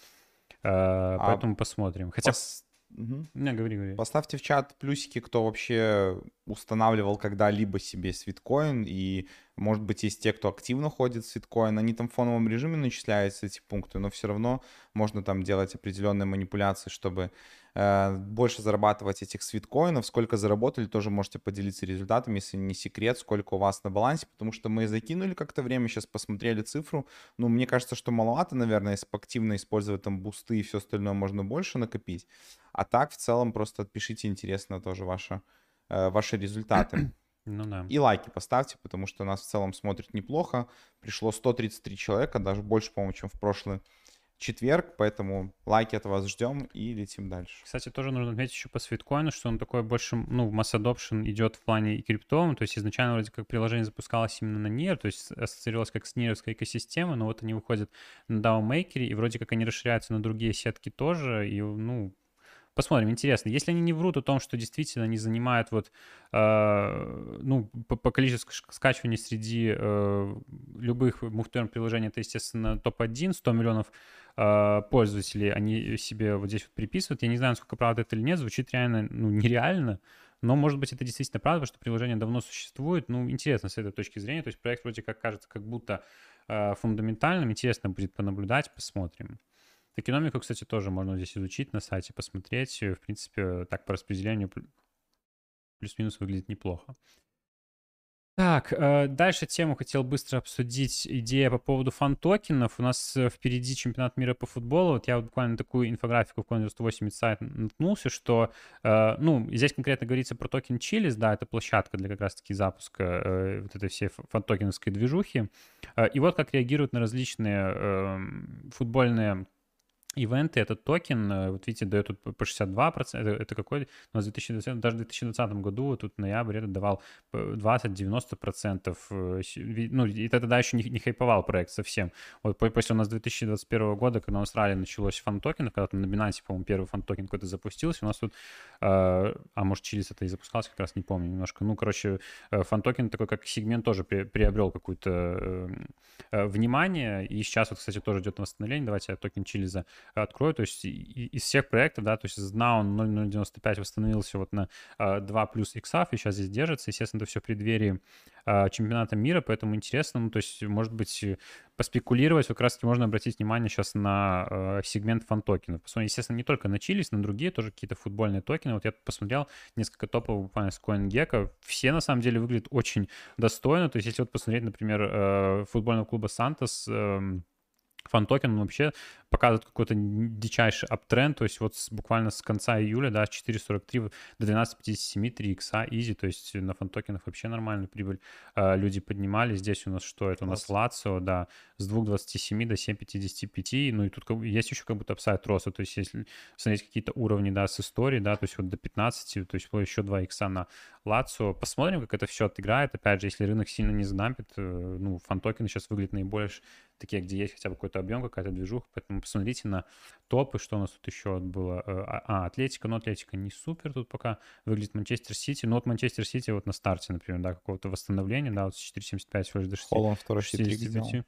А поэтому посмотрим. Хотя, Мгм. не, говори. Поставьте в чат плюсики, кто вообще устанавливал когда-либо себе свиткоин. И, может быть, есть те, кто активно ходит в свиткоин. Они там в фоновом режиме начисляются, эти пункты, но все равно можно там делать определенные манипуляции, чтобы больше зарабатывать этих свиткоинов. Сколько заработали, тоже можете поделиться результатами, если не секрет, сколько у вас на балансе. Потому что мы закинули как-то время, сейчас посмотрели цифру. Ну, мне кажется, что маловато, наверное, если активно использовать там бусты и все остальное, можно больше накопить. А так, в целом, просто отпишите, интересно тоже ваши результаты. Ну да. И лайки поставьте, потому что нас в целом смотрит неплохо. Пришло 133 человека, даже больше, по-моему, чем в прошлый четверг. Поэтому лайки от вас ждем и летим дальше. Кстати, тоже нужно отметить еще по свиткоину, что он такой больше, ну, масс adoption идет в плане и криптовом, то есть изначально вроде как приложение запускалось именно на NIR, то есть ассоциировалось как с нировской экосистемой, но вот они выходят на DAO-мейкере, и вроде как они расширяются на другие сетки тоже, и, ну, посмотрим, интересно. Если они не врут о том, что действительно они занимают вот, ну, по количеству скачиваний среди любых мув-терм приложений, это, естественно, топ-1, 100 миллионов пользователей, они себе вот здесь вот приписывают. Я не знаю, насколько правда это или нет, звучит реально, ну, нереально, но, может быть, это действительно правда, потому что приложение давно существует. Ну, интересно с этой точки зрения. То есть проект вроде как кажется как будто фундаментальным. Интересно будет понаблюдать, посмотрим. Экономику, кстати, тоже можно здесь изучить на сайте, посмотреть. В принципе, так по распределению плюс-минус выглядит неплохо. Так, дальше тему хотел быстро обсудить. Идея по поводу фан-токенов. У нас впереди чемпионат мира по футболу. Вот я вот буквально такую инфографику в Coin98 сайт наткнулся, что, ну, здесь конкретно говорится про токен Chiliz, да, это площадка для как раз-таки запуска вот этой всей фан-токеновской движухи. И вот как реагируют на различные футбольные ивенты, этот токен, вот видите, дает тут по 62%, это какой? У нас в 2020, даже в 2020 году, вот тут ноябрь, это давал 20-90%, ну, и это тогда еще не хайповал проект совсем. Вот после у нас 2021 года, когда в Австралии началось фан-токен, когда там на Binance, по-моему, первый фан-токен какой-то запустился, у нас тут, может, Chiliz это и запускался, как раз не помню немножко, ну, короче, фан-токен такой, как сегмент, тоже приобрел какое-то внимание, и сейчас вот, кстати, тоже идет восстановление, давайте я токен Chiliz открою, то есть из всех проектов, да, то есть ZNAO 0.095 восстановился вот на 2 плюс иксов, и сейчас здесь держится, естественно, это все в преддверии чемпионата мира, поэтому интересно, ну, то есть, может быть, поспекулировать, как раз-таки можно обратить внимание сейчас на сегмент фан-токенов. Посмотрим, естественно, не только на Чилис, на другие тоже какие-то футбольные токены. Вот я посмотрел несколько топовых буквально с CoinGecko. Все, на самом деле, выглядят очень достойно. То есть, если вот посмотреть, например, футбольного клуба «Сантос», фан-токен, он вообще показывает какой-то дичайший аптренд, то есть вот буквально с конца июля, да, с 4.43 до 12.57 3 икса, easy, то есть на фан-токенах вообще нормальную прибыль люди поднимали. Здесь у нас что это? У нас Лацио, да, с 2.27 до 7.55, ну и тут есть еще как будто апсайд роста, то есть если смотреть какие-то уровни, да, с истории, да, то есть вот до 15, то есть еще 2 икса на Лацио. Посмотрим, как это все отыграет. Опять же, если рынок сильно не задампит, ну, фан-токены сейчас выглядят наиболее такие, где есть хотя бы какой-то объем, какая-то движуха, поэтому посмотрите на топы, что у нас тут еще было. Атлетика, но Атлетика не супер тут пока выглядит. Манчестер Сити, но вот Манчестер Сити вот на старте, например, да, какого-то восстановления, да, вот с 4.75 всего лишь до 6. Холланд второй хитрик сделал.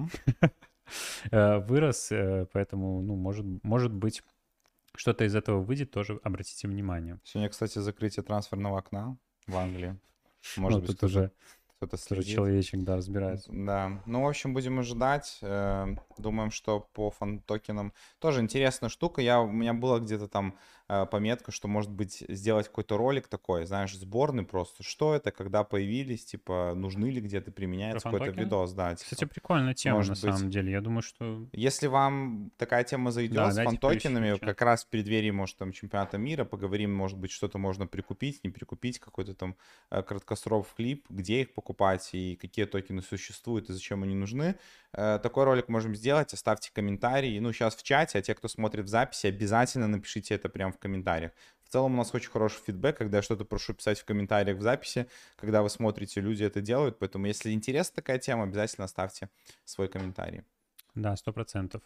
Вырос, поэтому, ну, может быть, что-то из этого выйдет, тоже обратите внимание. Сегодня, кстати, закрытие трансферного окна в Англии. Может быть, тут уже кто-то тоже человечек, да, разбирается. Да, ну, в общем, будем ожидать. Думаем, что по фан-токенам тоже интересная штука. У меня была где-то там пометка, что, может быть, сделать какой-то ролик такой, знаешь, сборный просто. Что это, когда появились, типа, нужны ли где-то, применяется какой-то видос, да. Типа, кстати, прикольная тема, на самом деле. Я думаю, что... Если вам такая тема зайдет с фан-токенами, как раз в преддверии, может, там, чемпионата мира, поговорим, может быть, что-то можно прикупить, не прикупить, какой-то там краткосрок клип, где их покупать и какие токены существуют и зачем они нужны. Такой ролик можем сделать, оставьте комментарии. Ну, сейчас в чате, а те, кто смотрит в записи, обязательно напишите это прямо в комментариях. В целом у нас очень хороший фидбэк, когда я что-то прошу писать в комментариях в записи, когда вы смотрите, люди это делают. Поэтому, если интересна такая тема, обязательно оставьте свой комментарий. Да, 100%.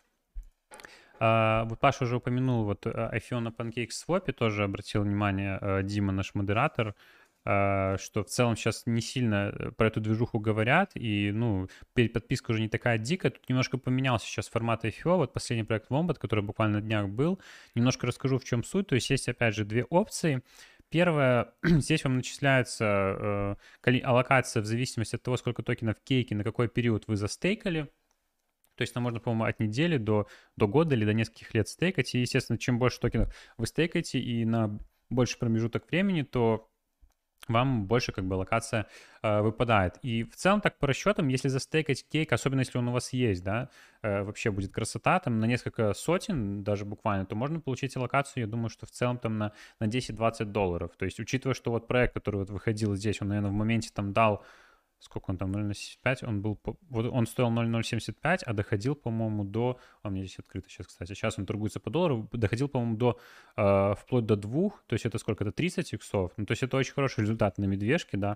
Вот Паша уже упомянул, вот IFO на PancakeSwap, тоже обратил внимание Дима, наш модератор, что в целом сейчас не сильно про эту движуху говорят, и, ну, подписка уже не такая дикая, тут немножко поменялся сейчас формат IFO, вот последний проект Wombat, который буквально на днях был, немножко расскажу, в чем суть, то есть опять же, две опции. Первое, здесь вам начисляется аллокация в зависимости от того, сколько токенов кейки, на какой период вы застейкали. То есть там можно, по-моему, от недели до года или до нескольких лет стейкать. И, естественно, чем больше токенов вы стейкаете и на больший промежуток времени, то вам больше как бы локация выпадает. И в целом так по расчетам, если застейкать кейк, особенно если он у вас есть, да, вообще будет красота, там на несколько сотен даже буквально, то можно получить аллокацию, я думаю, что в целом там на $10-20. То есть учитывая, что вот проект, который вот выходил здесь, он, наверное, в моменте там дал, сколько он там, 0.075, он был, вот он стоил 0.075, а доходил, по-моему, до, у меня здесь открыто сейчас, кстати, сейчас он торгуется по доллару, доходил, по-моему, вплоть до 2, то есть это сколько, это 30 иксов, ну, то есть это очень хороший результат на медвежке, да,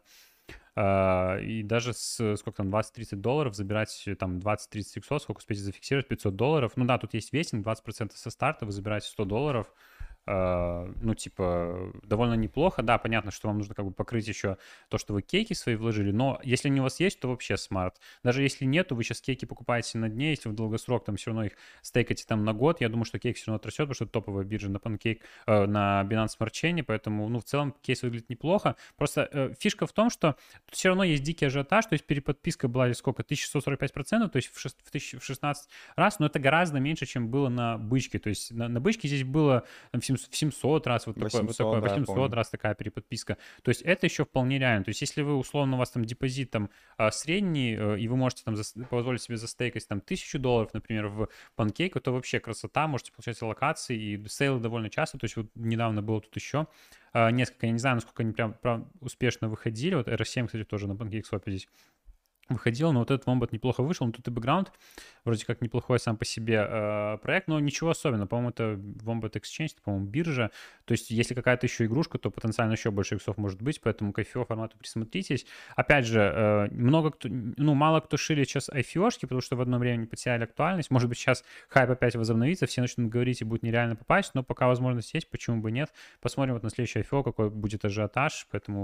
и даже сколько там, $20-30 забирать там 20-30 иксов, сколько успеете зафиксировать, $500, ну да, тут есть вестинг, 20% со старта, вы забираете $100, ну, типа, довольно неплохо. Да, понятно, что вам нужно как бы покрыть еще то, что вы кейки свои вложили, но если они у вас есть, то вообще смарт. Даже если нет, то вы сейчас кейки покупаете на дне, если в долгосрок там все равно их стейкаете там на год, я думаю, что кейк все равно отрастет, потому что это топовая биржа на Pancake, на Binance Smart Chain, поэтому, ну, в целом кейс выглядит неплохо. Просто фишка в том, что тут все равно есть дикий ажиотаж, то есть переподписка была сколько, 1145%, то есть в 16 раз, но это гораздо меньше, чем было на бычке, то есть на бычке здесь было там, в 700 раз, вот 800 раз такая переподписка. То есть это еще вполне реально. То есть если вы, условно, у вас там депозит там средний, и вы можете там позволить себе застейкать там $1000, например, в Pancake, то вообще красота, можете получать аллокации, и сейлы довольно часто. То есть вот недавно было тут еще несколько, я не знаю, насколько они прям успешно выходили. Вот RS7, кстати, тоже на PancakeSwap здесь выходил, но вот этот Wombat неплохо вышел, но тут и бэкграунд вроде как неплохой сам по себе проект, но ничего особенного, по-моему, это Wombat Exchange, это, по-моему, биржа, то есть если какая-то еще игрушка, то потенциально еще больше иксов может быть, поэтому к IFO формату присмотритесь. Опять же, мало кто шили сейчас IFO-шки, потому что в одно время не потеряли актуальность, может быть, сейчас хайп опять возобновится, все начнут говорить и будет нереально попасть, но пока возможность есть, почему бы нет, посмотрим вот на следующее IFO, какой будет ажиотаж, поэтому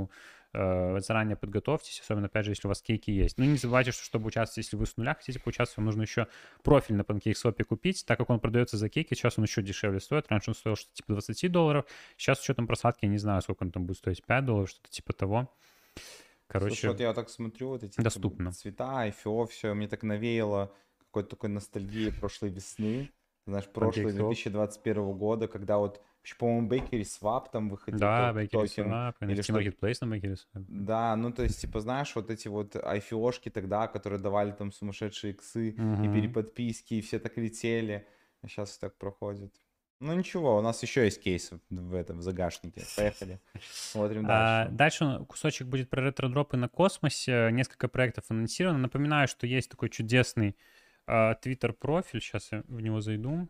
заранее подготовьтесь, особенно, опять же, если у вас кейки есть. Ну, не забывайте, что чтобы участвовать, если вы с нуля хотите поучаствовать, вам нужно еще профиль на PancakeSwap купить, так как он продается за кейки, сейчас он еще дешевле стоит. Раньше он стоил что-то типа $20, сейчас с учетом просадки, я не знаю, сколько он там будет стоить, $5, что-то типа того. Слушай, Короче, вот я так смотрю, вот эти доступно. цвета, IFO, все, мне так навеяло какой-то такой ностальгии прошлой весны. Знаешь, прошлой PancakeSwap. 2021 года, когда вот, еще, по-моему, Bakery Swap там выходил Да, токен, BakerySwap, или NFT что. Marketplace на BakerySwap. Да, ну то есть, типа, знаешь, вот эти вот IFO-шки тогда, которые давали там сумасшедшие иксы и Мгм. переподписки, и все так летели. А сейчас так проходит. Ну ничего, у нас еще есть кейсы в этом, в загашнике. Поехали. Смотрим дальше. Дальше кусочек будет про ретро-дропы на космосе. Несколько проектов анонсировано. Напоминаю, что есть такой чудесный Twitter-профиль. Сейчас я в него зайду.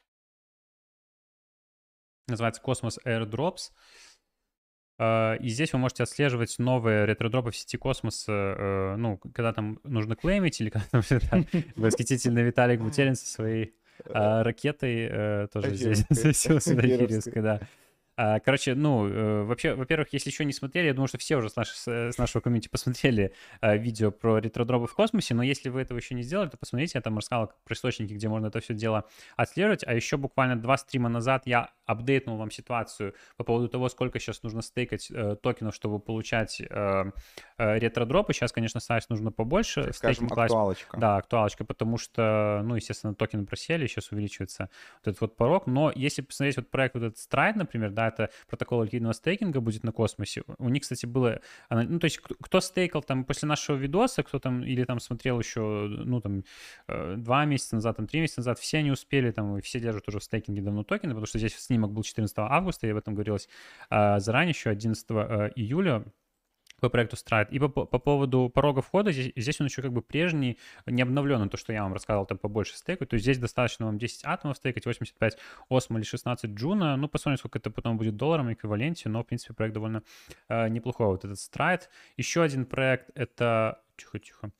Называется Cosmos Airdrops. И здесь вы можете отслеживать новые ретро-дропы в сети космоса, ну, когда там нужно клеймить, или когда там восхитительный Виталик Бутерин со своей ракетой тоже здесь Кировской. сюда Кировской. Кировской, да. Короче, ну, вообще, во-первых, если еще не смотрели, я думаю, что все уже с нашего комьюнити посмотрели видео про ретродропы в космосе, но если вы этого еще не сделали, то посмотрите, я там рассказал про источники, где можно это все дело отслеживать, а еще буквально 2 стрима назад я апдейтнул вам ситуацию по поводу того, сколько сейчас нужно стейкать токенов, чтобы получать ретродропы. Сейчас, конечно, ставить нужно побольше. Так скажем, актуалочка. Да, актуалочка, потому что, ну, естественно, токены просели, сейчас увеличивается вот этот вот порог, но если посмотреть вот проект вот этот Stride, например, да, это протокол ликвидного стейкинга будет на космосе. У них, кстати, было... Ну, то есть кто стейкал там после нашего видоса, кто там или там смотрел еще, ну, там, 2 месяца назад, там, 3 месяца назад, все не успели, там, и все держат уже в стейкинге давно токены, потому что здесь снимок был 14 августа, и об этом говорилось заранее, еще 11 июля, по проекту Stride. И по поводу порога входа, здесь он еще как бы прежний, не обновленный, то, что я вам рассказывал, там побольше стейкать. То есть здесь достаточно вам 10 атомов стейкать, 85 осмо или 16 джуна. Ну, посмотрим, сколько это потом будет долларом эквиваленте, но, в принципе, проект довольно неплохой. Вот этот Stride. Еще один проект — это... Тихо-тихо.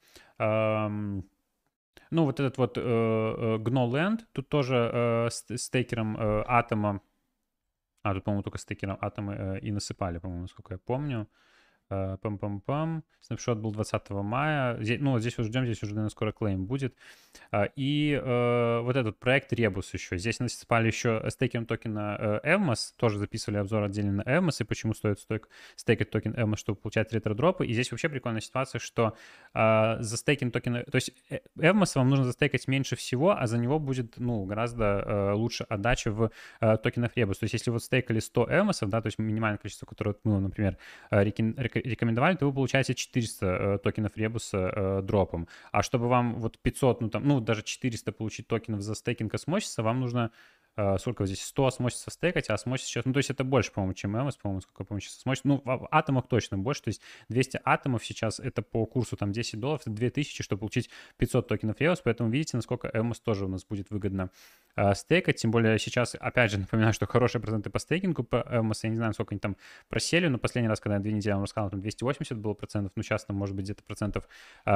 Ну, вот этот вот Gnoland, тут тоже стейкером атома. Тут, по-моему, только стейкером атомы и насыпали, по-моему, насколько я помню. Пам-пам-пам. Снапшот был 20 мая. Ну, вот здесь уже ждем, здесь уже, наверное, скоро клейм будет. И вот этот проект Rebus еще. Здесь насыпали еще стейкером токена Evmos. Тоже записывали обзор отдельно на Evmos и почему стоит стейкать токен Evmos, чтобы получать ретро-дропы. И здесь вообще прикольная ситуация, что за стейкинг токена... То есть Evmos вам нужно застейкать меньше всего, а за него будет, ну, гораздо лучше отдача в токенах Rebus. То есть если вот стейкали 100 Evmos, да, то есть минимальное количество, которое мы, например, рекомендовали, то вы получаете 400 токенов Ребуса дропом. А чтобы вам вот 500, ну там, ну даже 400 получить токенов за стейкинг осмосиса, вам нужно сколько здесь, 100 осмосисов стейкать, а осмосис сейчас, ну то есть это больше, по-моему, чем Эмос, по-моему, сколько, по-моему, сейчас осмосис, ну в атомах точно больше, то есть 200 атомов сейчас это по курсу там $10, это 2000, чтобы получить 500 токенов Ребус, поэтому видите, насколько Эмос тоже у нас будет выгодно стейкать, тем более сейчас, опять же, напоминаю, что хорошие проценты по стейкингу по Эмос, я не знаю, сколько они там просели, но последний раз, когда я 2 недели вам рассказал, там 280 было процентов, ну сейчас там может быть где-то процентов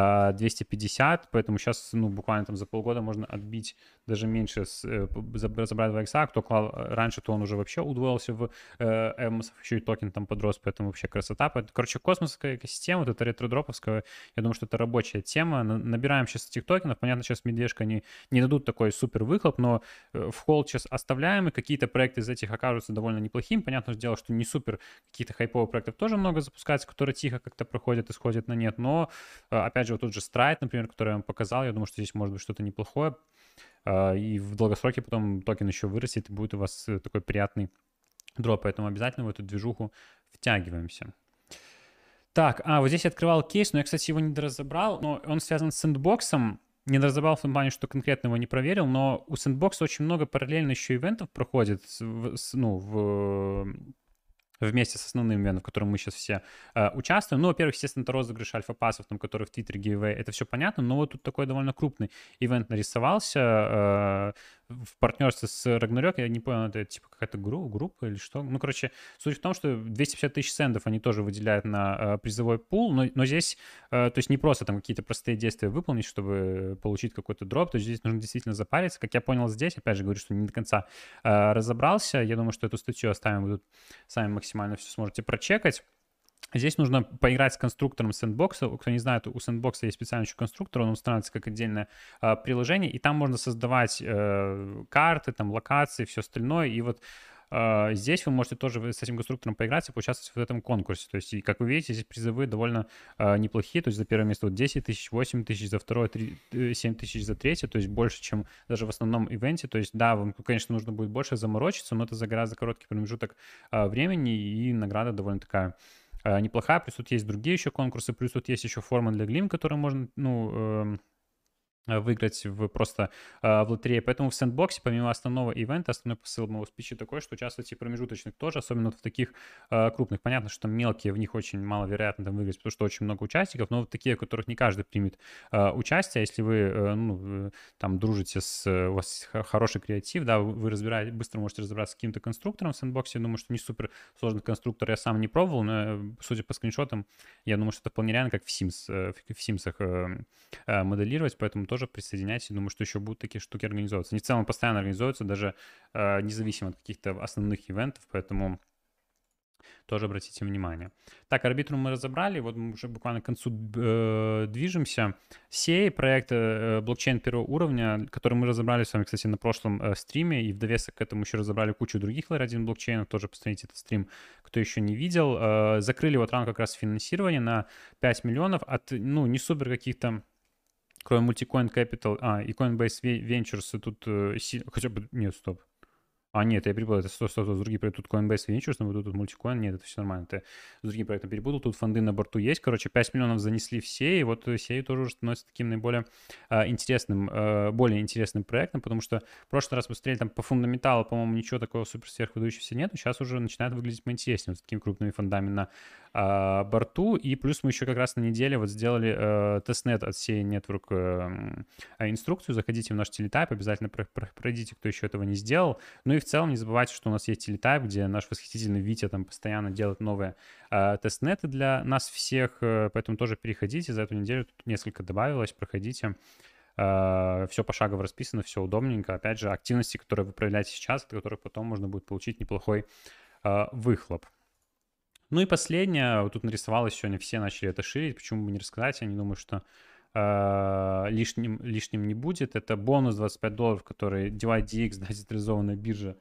250, поэтому сейчас, ну буквально там за полгода можно отбить даже меньше, забрать 2 икса. Кто клал раньше, то он уже вообще удвоился в Эмосов, еще и токен там подрос, поэтому вообще красота. Короче, космосская экосистема, вот эта ретро-дроповская, я думаю, что это рабочая тема. Набираем сейчас этих токенов, понятно, сейчас медвежка не дадут такой супер выхлоп, но в холд сейчас оставляем, и какие-то проекты из этих окажутся довольно неплохими. Понятное дело, что не супер каких-то хайповых проектов тоже много запускается, которые тихо как-то проходят и сходят на нет, но опять же вот тут же Stride, например, который я вам показал, я думаю, что здесь может быть что-то неплохое, и в долгосроке потом токен еще вырастет, и будет у вас такой приятный дроп, поэтому обязательно в эту движуху втягиваемся. Так, вот здесь я открывал кейс, но я, кстати, его не доразобрал, но он связан с сэндбоксом. Не разобрал в том плане, что конкретно его не проверил, но у сэндбокса очень много параллельно еще ивентов проходит, вместе с основным ивентом, в котором мы сейчас все участвуем. Ну, во-первых, естественно, это розыгрыш альфа-пассов, там, который в Твиттере giveaway, это все понятно, но вот тут такой довольно крупный ивент нарисовался в партнерстве с Ragnarok, я не понял, это типа какая-то группа или что. Ну, короче, суть в том, что 250 тысяч сендов они тоже выделяют на призовой пул, но здесь, то есть не просто там какие-то простые действия выполнить, чтобы получить какой-то дроп, то есть здесь нужно действительно запариться. Как я понял здесь, опять же говорю, что не до конца разобрался, я думаю, что эту статью оставим, вы тут сами максимально все сможете прочекать. Здесь нужно поиграть с конструктором Sandbox. Кто не знает, у Sandbox есть специальный еще конструктор, он устанавливается как отдельное приложение, и там можно создавать карты, там, локации, все остальное. И вот здесь вы можете тоже с этим конструктором поиграть и поучаствовать в этом конкурсе. То есть, и, как вы видите, здесь призовые довольно неплохие. То есть за первое место вот 10 тысяч, 8 тысяч, за второе 7 тысяч, за третье. То есть больше, чем даже в основном ивенте. То есть да, вам, конечно, нужно будет больше заморочиться, но это за гораздо короткий промежуток времени, и награда довольно такая неплохая. Плюс тут есть другие еще конкурсы, плюс тут есть еще форма для Glim, которую можно, выиграть просто в лотерее. Поэтому в сэндбоксе, помимо основного ивента, основной посыл моего спича такой, что участвуйте и промежуточных тоже, особенно вот в таких крупных. Понятно, что мелкие, в них очень маловероятно там выиграть, потому что очень много участников, но вот такие, в которых не каждый примет участие. Если вы там дружите у вас хороший креатив, да, вы быстро можете разобраться с каким-то конструктором в сэндбоксе. Я думаю, что не супер сложный конструктор, я сам не пробовал, но судя по скриншотам, я думаю, что это вполне реально, как в Sims моделировать, поэтому тоже присоединяйтесь. Думаю, что еще будут такие штуки организовываться. Они в целом постоянно организуются, даже независимо от каких-то основных ивентов, поэтому тоже обратите внимание. Так, арбитрум мы разобрали, вот мы уже буквально к концу движемся. Сей, проект блокчейн первого уровня, который мы разобрали с вами, кстати, на прошлом стриме, и в довесок к этому еще разобрали кучу других Layer 1 блокчейнов, тоже посмотрите этот стрим, кто еще не видел. Закрыли вот ран как раз финансирование на 5 миллионов от, не супер каких-то, кроме Multicoin Capital, и Coinbase Ventures, тут хотя бы... Нет, стоп. Нет, я перепутал, это 100 другие проекты. Тут Coinbase Ventures, но тут Multicoin, нет, это все нормально. Это с другим проектом перепутал. Тут фонды на борту есть. Короче, 5 миллионов занесли все, и вот сей тоже уже становится таким наиболее более интересным проектом, потому что в прошлый раз мы смотрели там по фундаменталу, по-моему, ничего такого супер сверхвыдающегося нет, сейчас уже начинает выглядеть поинтереснее вот с такими крупными фондами на борту. И плюс мы еще как раз на неделе вот сделали тестнет от сей Network инструкцию. Заходите в наш телетайп, обязательно пройдите, кто еще этого не сделал. Ну и в целом не забывайте, что у нас есть телетайп, где наш восхитительный Витя там постоянно делает новые тестнеты для нас всех, поэтому тоже переходите. За эту неделю тут несколько добавилось, проходите. Все пошагово расписано, все удобненько. Опять же, активности, которые вы проявляете сейчас, от которых потом можно будет получить неплохой выхлоп. Ну и последнее, вот тут нарисовалось сегодня, все начали это ширить, почему бы не рассказать, я не думаю, что лишним не будет. Это бонус $25, который DYDX, да, децентрализованная биржа.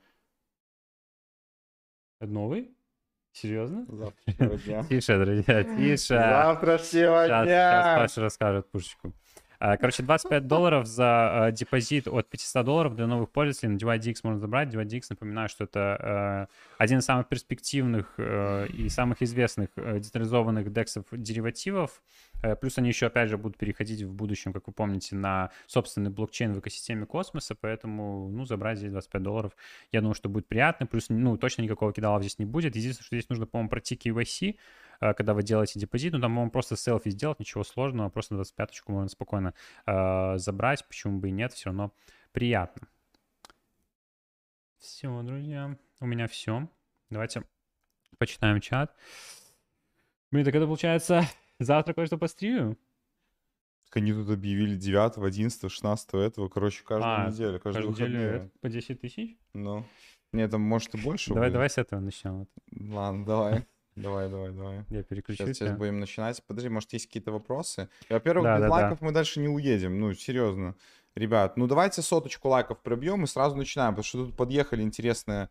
Это новый? Серьезно? Завтрашнего дня. Тише, друзья, тише. Завтрашнего Сейчас дня. Паша расскажет пушечку. Короче, $25 за депозит от $500 для новых пользователей. На DYDX можно забрать. DYDX, напоминаю, что это один из самых перспективных и самых известных децентрализованных дексов деривативов. Плюс они еще, опять же, будут переходить в будущем, как вы помните, на собственный блокчейн в экосистеме космоса, поэтому, забрать здесь $25, я думаю, что будет приятно. Плюс, точно никакого кидала здесь не будет. Единственное, что здесь нужно, по-моему, пройти KYC, когда вы делаете депозит, там, по-моему, просто селфи сделать, ничего сложного, просто 25-ку можно спокойно забрать, почему бы и нет, все равно приятно. Все, друзья, у меня все. Давайте почитаем чат. Блин, так это получается завтра кое-что по стриму? Они тут объявили 9, 11, 16 этого, короче, каждую неделю, каждую неделю по 10 тысяч? Ну, нет, там может и больше Давай, будет. давай с этого начнем. Ладно, давай. Давай. Я переключусь. Сейчас будем начинать. Подожди, может, есть какие-то вопросы? Во-первых, без лайков мы дальше не уедем. Серьезно. Ребят, давайте 100 лайков пробьем и сразу начинаем, потому что тут подъехали интересные...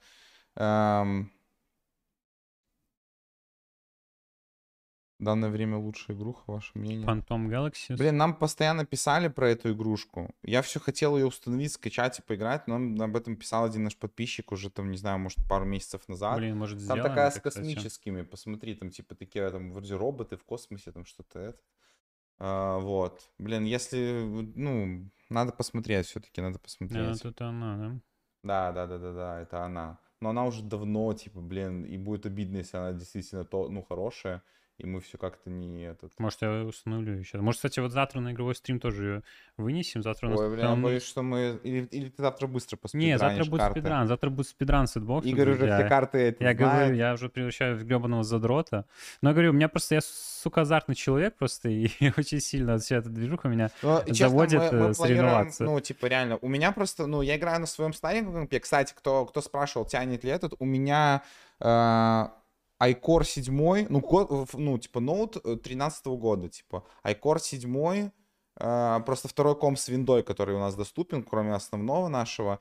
В данное время лучшая игруха, ваше мнение? Phantom Galaxy. Блин, нам постоянно писали про эту игрушку. Я все хотел ее установить, скачать и поиграть, но нам об этом писал один наш подписчик уже там, не знаю, может, пару месяцев назад. Блин, может, там сделаем такая это, с космическими, посмотри, там типа такие там вроде роботы в космосе, там что-то это. Вот. Блин, если, надо посмотреть все-таки, надо посмотреть. Это она, да? Да, это она. Но она уже давно, типа, блин, и будет обидно, если она действительно хорошая. И мы все как-то не этот... Может, я установлю сейчас. Может, кстати, вот завтра на игровой стрим тоже ее вынесем. Завтра у нас... Ой, блин, я боюсь, что мы... Или ты завтра быстро Не, завтра будет карты. спидран. Завтра будет спидран сэдбокса. Игорь уже все карты Я говорю, я уже превращаюсь в гребаного задрота. Но я говорю, у меня просто... Я, сука, азартный человек просто. И очень сильно вся эта движуха меня заводит соревноваться. Реально. У меня просто... я играю на своем стареньком компе. Кстати, кто спрашивал, тянет ли этот, у меня... iCore 7, ну, типа, ноут 13 года, типа, iCore 7, просто второй комп с виндой, который у нас доступен, кроме основного нашего,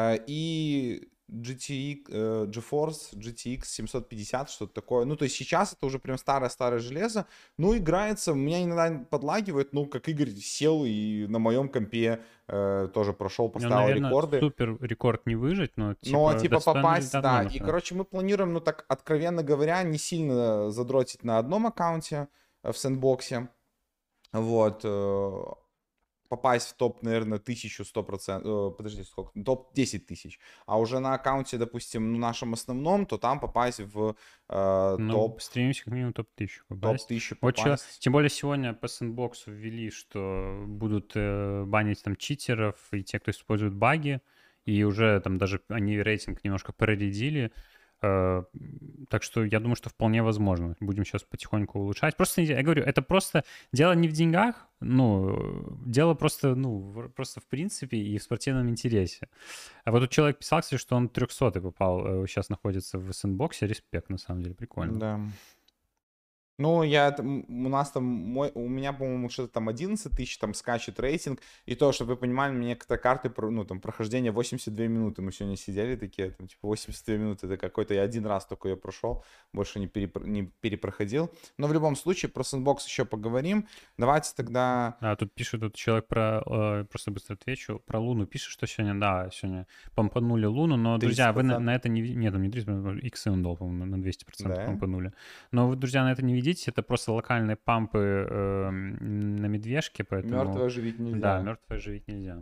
и GeForce GTX 750, что-то такое. Ну, то есть сейчас это уже прям старое-старое железо. Ну, играется, меня иногда подлагивает, ну, как Игорь сел и на моем компе тоже прошел, Ну, поставил наверное, рекорды. супер рекорд не выжить, но Но, типа типа, достойно попасть, результат да. номер, И, да. короче, мы планируем, ну, так, откровенно говоря, не сильно задротить на одном аккаунте в сэндбоксе. Вот. Попасть в топ, наверное, 1100%. Подожди, сколько? Топ 10 тысяч. А уже на аккаунте, допустим, ну, нашем основном, то там попасть в Ну, стремимся как минимум топ-1000 попасть. топ-1000 Вот чё, попасть. тем более сегодня по сэндбоксу ввели, что будут банить там читеров и те, кто использует баги, и уже там даже они рейтинг немножко проредили. Так что я думаю, что вполне возможно. Будем сейчас потихоньку улучшать. Просто, я говорю, это просто дело не в деньгах, ну, дело просто, ну, просто в принципе и в спортивном интересе. А вот тут человек писал, кстати, что он 300-й попал, сейчас находится в сэндбоксе. Респект, на самом деле, прикольно. Да. Ну, у нас там, у меня, по-моему, что-то там 11 тысяч, там скачет рейтинг. И то, чтобы вы понимали, мне карты, ну, там, прохождение 82 минуты. Мы сегодня сидели такие, там, типа, 82 минуты, это какой-то, я один раз только ее прошел, больше не перепроходил. Но в любом случае, про сэндбокс еще поговорим. Давайте тогда... Тут пишет тут человек про, просто быстро отвечу, про Луну пишет, что сегодня, да, сегодня помпанули Луну, но, друзья, вы на это не... Нет, там не 30%, иксы он дал, по-моему, на 200% Да? помпанули. Но вы, друзья, на это не ведитесь, это просто локальные пампы на медвежке, поэтому... Мертвое оживить нельзя. Да, мертвое оживить нельзя.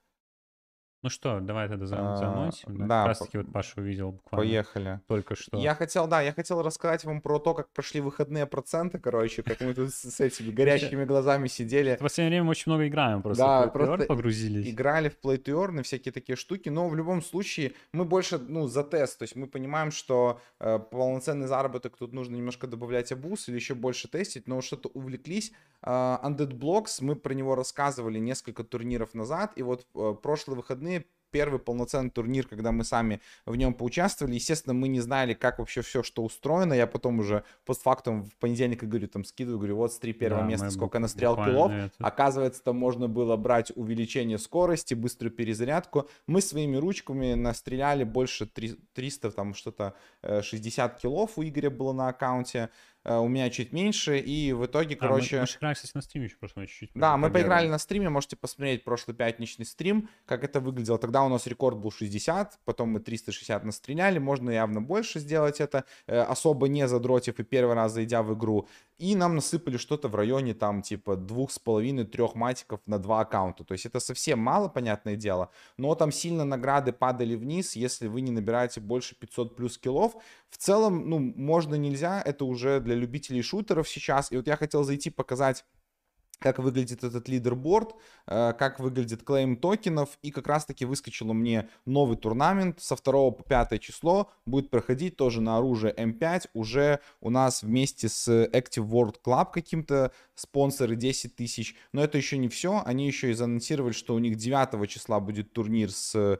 Ну что, давай тогда заанонсим. Да? Да, Как раз таки вот Пашу увидел буквально поехали. только что. Я хотел рассказать вам про то, как прошли выходные проценты, короче, как мы тут с этими горящими глазами сидели. В последнее время мы очень много играем, просто Да, в Play to просто Earn погрузились. играли в Play to Earn и всякие такие штуки, но в любом случае мы больше, ну, за тест, то есть мы понимаем, что полноценный заработок тут нужно немножко добавлять абуз или еще больше тестить, но что-то увлеклись. Undead Blocks, мы про него рассказывали несколько турниров назад, и вот прошлые выходные первый полноценный турнир, когда мы сами в нем поучаствовали. Естественно, мы не знали, как вообще все, что устроено. Я потом уже постфактум в понедельник, говорю, там скидываю, говорю, вот смотри, первое место, сколько настрелял киллов. Оказывается, там можно было брать увеличение скорости, быструю перезарядку. Мы своими ручками настреляли больше 300, там что-то 60 киллов у Игоря было на аккаунте. У меня чуть меньше, и в итоге, короче... Мы же играли, кстати, на стриме еще просто чуть-чуть. Да, мы поиграли на стриме, можете посмотреть прошлый пятничный стрим, как это выглядело. Тогда у нас рекорд был 60, потом мы 360 настреляли, можно явно больше сделать это, особо не задротив и первый раз зайдя в игру. И нам насыпали что-то в районе там типа 2,5-3 матиков на 2 аккаунта. То есть это совсем мало, понятное дело, но там сильно награды падали вниз, если вы не набираете больше 500 плюс киллов. В целом, ну, можно, нельзя, это уже для любителей шутеров сейчас. И вот я хотел зайти показать, как выглядит этот лидерборд, как выглядит клейм токенов, и как раз таки выскочило мне новый турнамент со 2 по 5 число, будет проходить тоже на оружие М5, уже у нас вместе с Active World Club каким-то спонсоры 10 тысяч, но это еще не все, они еще и заанонсировали, что у них 9 числа будет турнир с...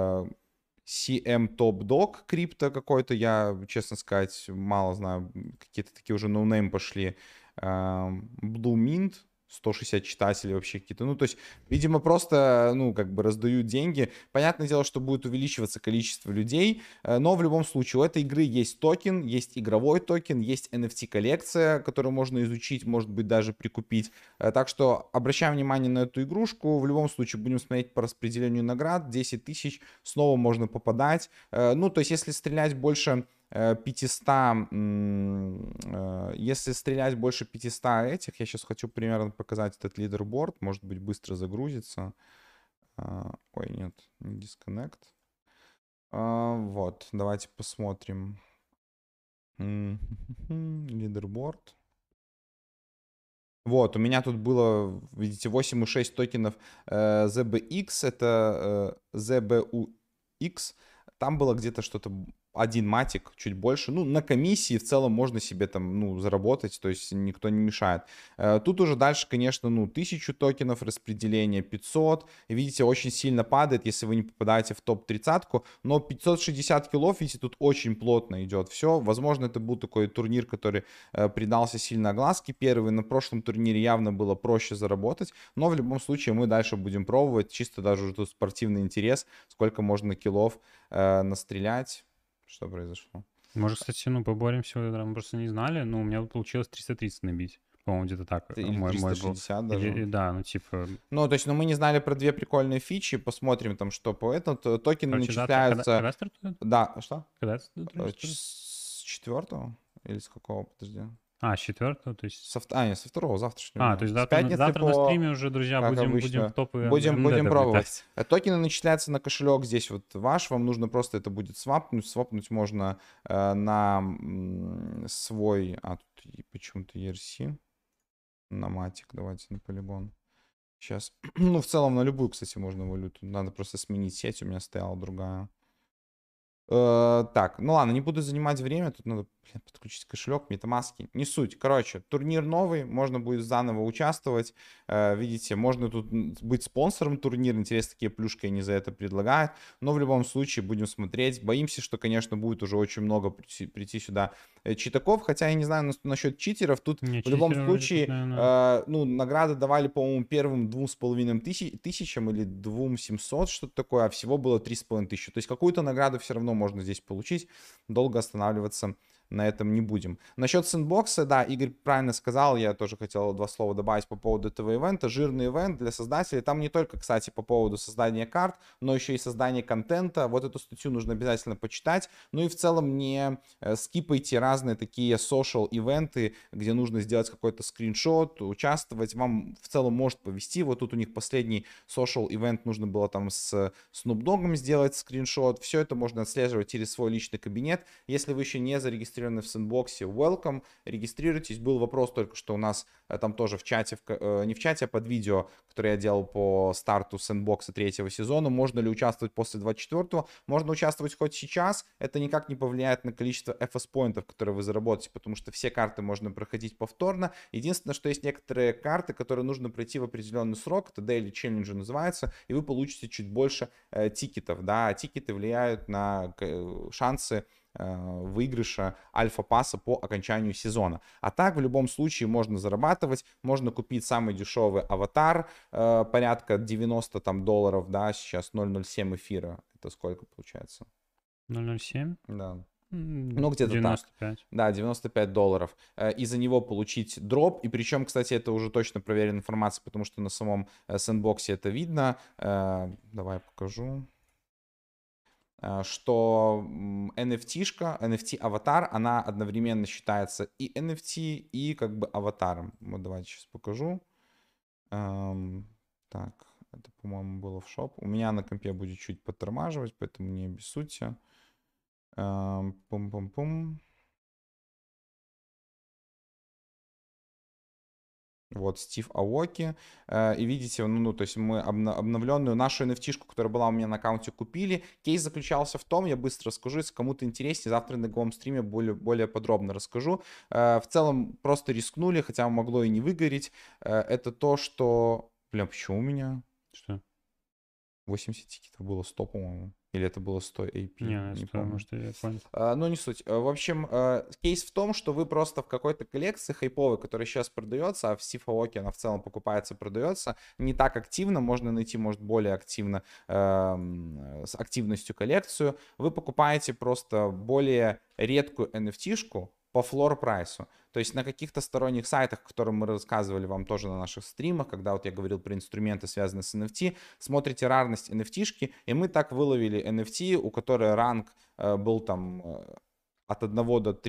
CM Top Dog крипто какой-то, я, честно сказать, мало знаю, какие-то такие уже ноунейм пошли. Blue Mint, 160 читателей вообще какие-то. Ну, то есть, видимо, просто, ну, как бы раздают деньги. Понятное дело, что будет увеличиваться количество людей, но в любом случае у этой игры есть токен, есть игровой токен, есть NFT-коллекция, которую можно изучить, может быть, даже прикупить. Так что обращаем внимание на эту игрушку. В любом случае будем смотреть по распределению наград. 10 тысяч, снова можно попадать. Ну, то есть, если стрелять больше... 500, если стрелять больше 500 этих, я сейчас хочу примерно показать этот лидерборд, может быть быстро загрузится. Ой, нет, не disconnect. Вот, давайте посмотрим. Лидерборд. Вот, у меня тут было, видите, 8,6 токенов ZBX, это ZBUX. Там было где-то что-то один матик, чуть больше. Ну, на комиссии в целом можно себе там, ну, заработать, то есть никто не мешает. Тут уже дальше, конечно, ну, 1000 токенов, распределение 500. Видите, очень сильно падает, если вы не попадаете в топ-30, но 560 киллов, видите, тут очень плотно идет все. Возможно, это был такой турнир, который придался сильно огласке. Первый на прошлом турнире явно было проще заработать, но в любом случае мы дальше будем пробовать, чисто даже уже тут спортивный интерес, сколько можно киллов настрелять. Что произошло? Может, кстати, ну, поборемся, мы просто не знали, но у меня вот получилось 330 набить. По-моему, где-то так. Или Мой был. 360 даже. Да, ну, типа... Ну, то есть, ну, мы не знали про две прикольные фичи, посмотрим там, что по этому. Токены Короче, завтра, начисляются... когда стартует? Да, что? Когда стартует? С 4 или с какого? Подожди. А, с 4, то есть... Нет, со 2 завтрашнего. То есть С завтра, пятницы завтра на по... стриме уже, друзья, как будем обычно, в топы будем МД пробовать. влетать. Токены начисляются на кошелек здесь вот ваш, вам нужно просто это будет свапнуть. Свапнуть можно на свой... тут почему-то ERC. На матик, давайте на полигон. Сейчас. Ну, в целом на любую, кстати, можно валюту. Надо просто сменить сеть, у меня стояла другая. Так, ну ладно, не буду занимать время. Тут надо подключить кошелек, MetaMask. Не суть. Короче, турнир новый, можно будет заново участвовать. Видите, можно тут быть спонсором турнира. Интересно, какие плюшки они за это предлагают. Но в любом случае будем смотреть. Боимся, что, конечно, будет уже очень много прийти сюда читаков. Хотя я не знаю насчет читеров. Тут Не, в любом читеры случае, вроде тут, ну, награды давали, по-моему, первым 2500 или 2700, что-то такое. А всего было 3500. То есть какую-то награду все равно можно здесь получить. Долго останавливаться на этом не будем. Насчет сэндбокса, да, Игорь правильно сказал, я тоже хотел 2 слова добавить по поводу этого ивента. Жирный ивент для создателей. Там не только, кстати, по поводу создания карт, но еще и создания контента. Вот эту статью нужно обязательно почитать. Ну и в целом не скипайте разные такие social ивенты, где нужно сделать какой-то скриншот, участвовать. Вам в целом может повезти. Вот тут у них последний social ивент нужно было там с Snoop Dogg'ом сделать скриншот. Все это можно отслеживать через свой личный кабинет. Если вы еще не зарегистрированы в сэндбоксе, welcome, регистрируйтесь. Был вопрос только что у нас там тоже в чате, не в чате, а под видео, которое я делал по старту сэндбокса 3-го сезона. Можно ли участвовать после 24-го? Можно участвовать хоть сейчас. Это никак не повлияет на количество FS-поинтов, которые вы заработаете, потому что все карты можно проходить повторно. Единственное, что есть некоторые карты, которые нужно пройти в определенный срок, это Daily Challenge называется, и вы получите чуть больше тикетов, да, тикеты влияют на шансы выигрыша альфа-паса по окончанию сезона. А так, в любом случае, можно зарабатывать, можно купить самый дешевый аватар, порядка 90 там долларов, да, сейчас 0.07 эфира. Это сколько получается? 0.07? Да. Ну, где-то 95. так. Да, 95 долларов. И за него получить дроп. И причем, кстати, это уже точно проверенная информация, потому что на самом сэндбоксе это видно. Давай покажу. Что NFT-шка, NFT-аватар, она одновременно считается и NFT, и как бы аватаром. Вот давайте сейчас покажу. Так, это, по-моему, было в шоп. У меня на компе будет чуть подтормаживать, поэтому не обессудьте. Пум-пум-пум. Вот, Стив Аоки. И видите, ну, то есть мы обновленную нашу NFT-шку, которая была у меня на аккаунте, купили. Кейс заключался в том, я быстро расскажу, если кому-то интереснее, завтра на голом стриме более подробно расскажу. В целом просто рискнули, хотя могло и не выгореть. Это то, что... Бля, почему у меня? Что? 80 тикетов было 100, по-моему. Или это было 100 AP? Не помню. может, я понял. Но не суть. В общем, кейс в том, что вы просто в какой-то коллекции хайповой, которая сейчас продается, а в Стив Аоки она в целом покупается, продается, не так активно, можно найти, может, более активно, с активностью коллекцию. Вы покупаете просто более редкую NFT-шку по флор-прайсу. То есть на каких-то сторонних сайтах, о которых мы рассказывали вам тоже на наших стримах, когда вот я говорил про инструменты, связанные с NFT, смотрите рарность NFT-шки, и мы так выловили NFT, у которой ранг был там от 1 до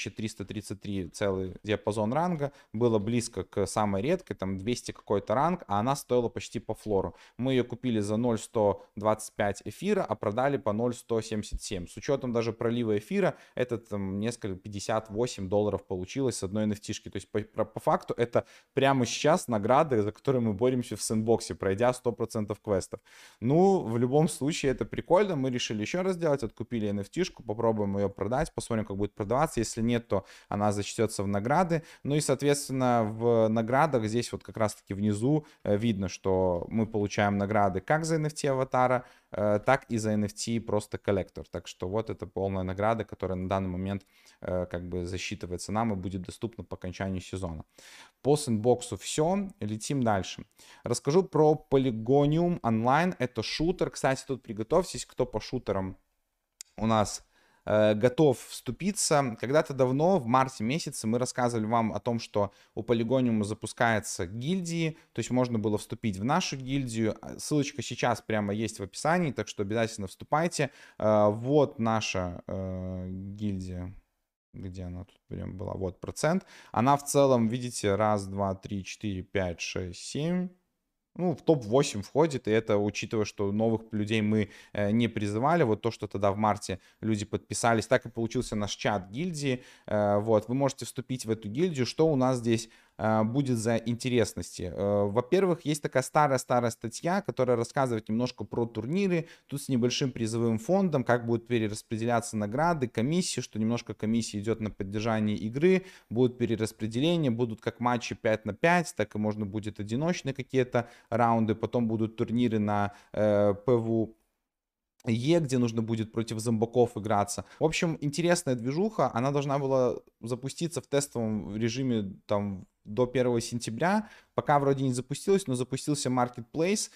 3333 целый диапазон ранга, было близко к самой редкой, там 200 какой-то ранг, а она стоила почти по флору. Мы ее купили за 0,125 эфира, а продали по 0,177. С учетом даже пролива эфира, это там несколько, $58 получилось с одной NFT-шки. То есть по факту это прямо сейчас награды, за которые мы боремся в сэндбоксе, пройдя 100% квестов. Ну, в любом случае это прикольно, мы решили еще раз сделать, откупили NFT-шку, попробуем ее продать, посмотрим, как будет продаваться. Если нет, то она зачтется в награды. Ну и, соответственно, в наградах здесь вот как раз-таки внизу видно, что мы получаем награды как за NFT аватара, так и за NFT просто коллектор. Так что вот это полная награда, которая на данный момент как бы засчитывается нам и будет доступна по окончанию сезона. По сэндбоксу все, летим дальше. Расскажу про Polygonium Online, это шутер. Кстати, тут приготовьтесь, кто по шутерам у нас готов вступиться. Когда-то давно, в марте месяце, мы рассказывали вам о том, что у Polygonium запускается гильдии, то есть можно было вступить в нашу гильдию. Ссылочка сейчас прямо есть в описании, так что обязательно вступайте. Вот наша гильдия. Где она тут прям была? Вот процент. Она в целом, видите, 1, 2, 3, 4, 5, 6, 7. Ну, в топ-8 входит, и это учитывая, что новых людей мы не призывали. Вот то, что тогда в марте люди подписались, так и получился наш чат гильдии. Вот, вы можете вступить в эту гильдию. Что у нас здесь будет за интересности? Во-первых, есть такая старая-старая статья, которая рассказывает немножко про турниры. Тут с небольшим призовым фондом, как будут перераспределяться награды, комиссии, что немножко комиссии идет на поддержание игры, будут перераспределения, будут как матчи 5 на 5, так и можно будет одиночные какие-то раунды, потом будут турниры на ПВУ, где нужно будет против зомбаков играться. В общем, интересная движуха. Она должна была запуститься в тестовом режиме там до 1 сентября. Пока вроде не запустилась, но запустился Marketplace.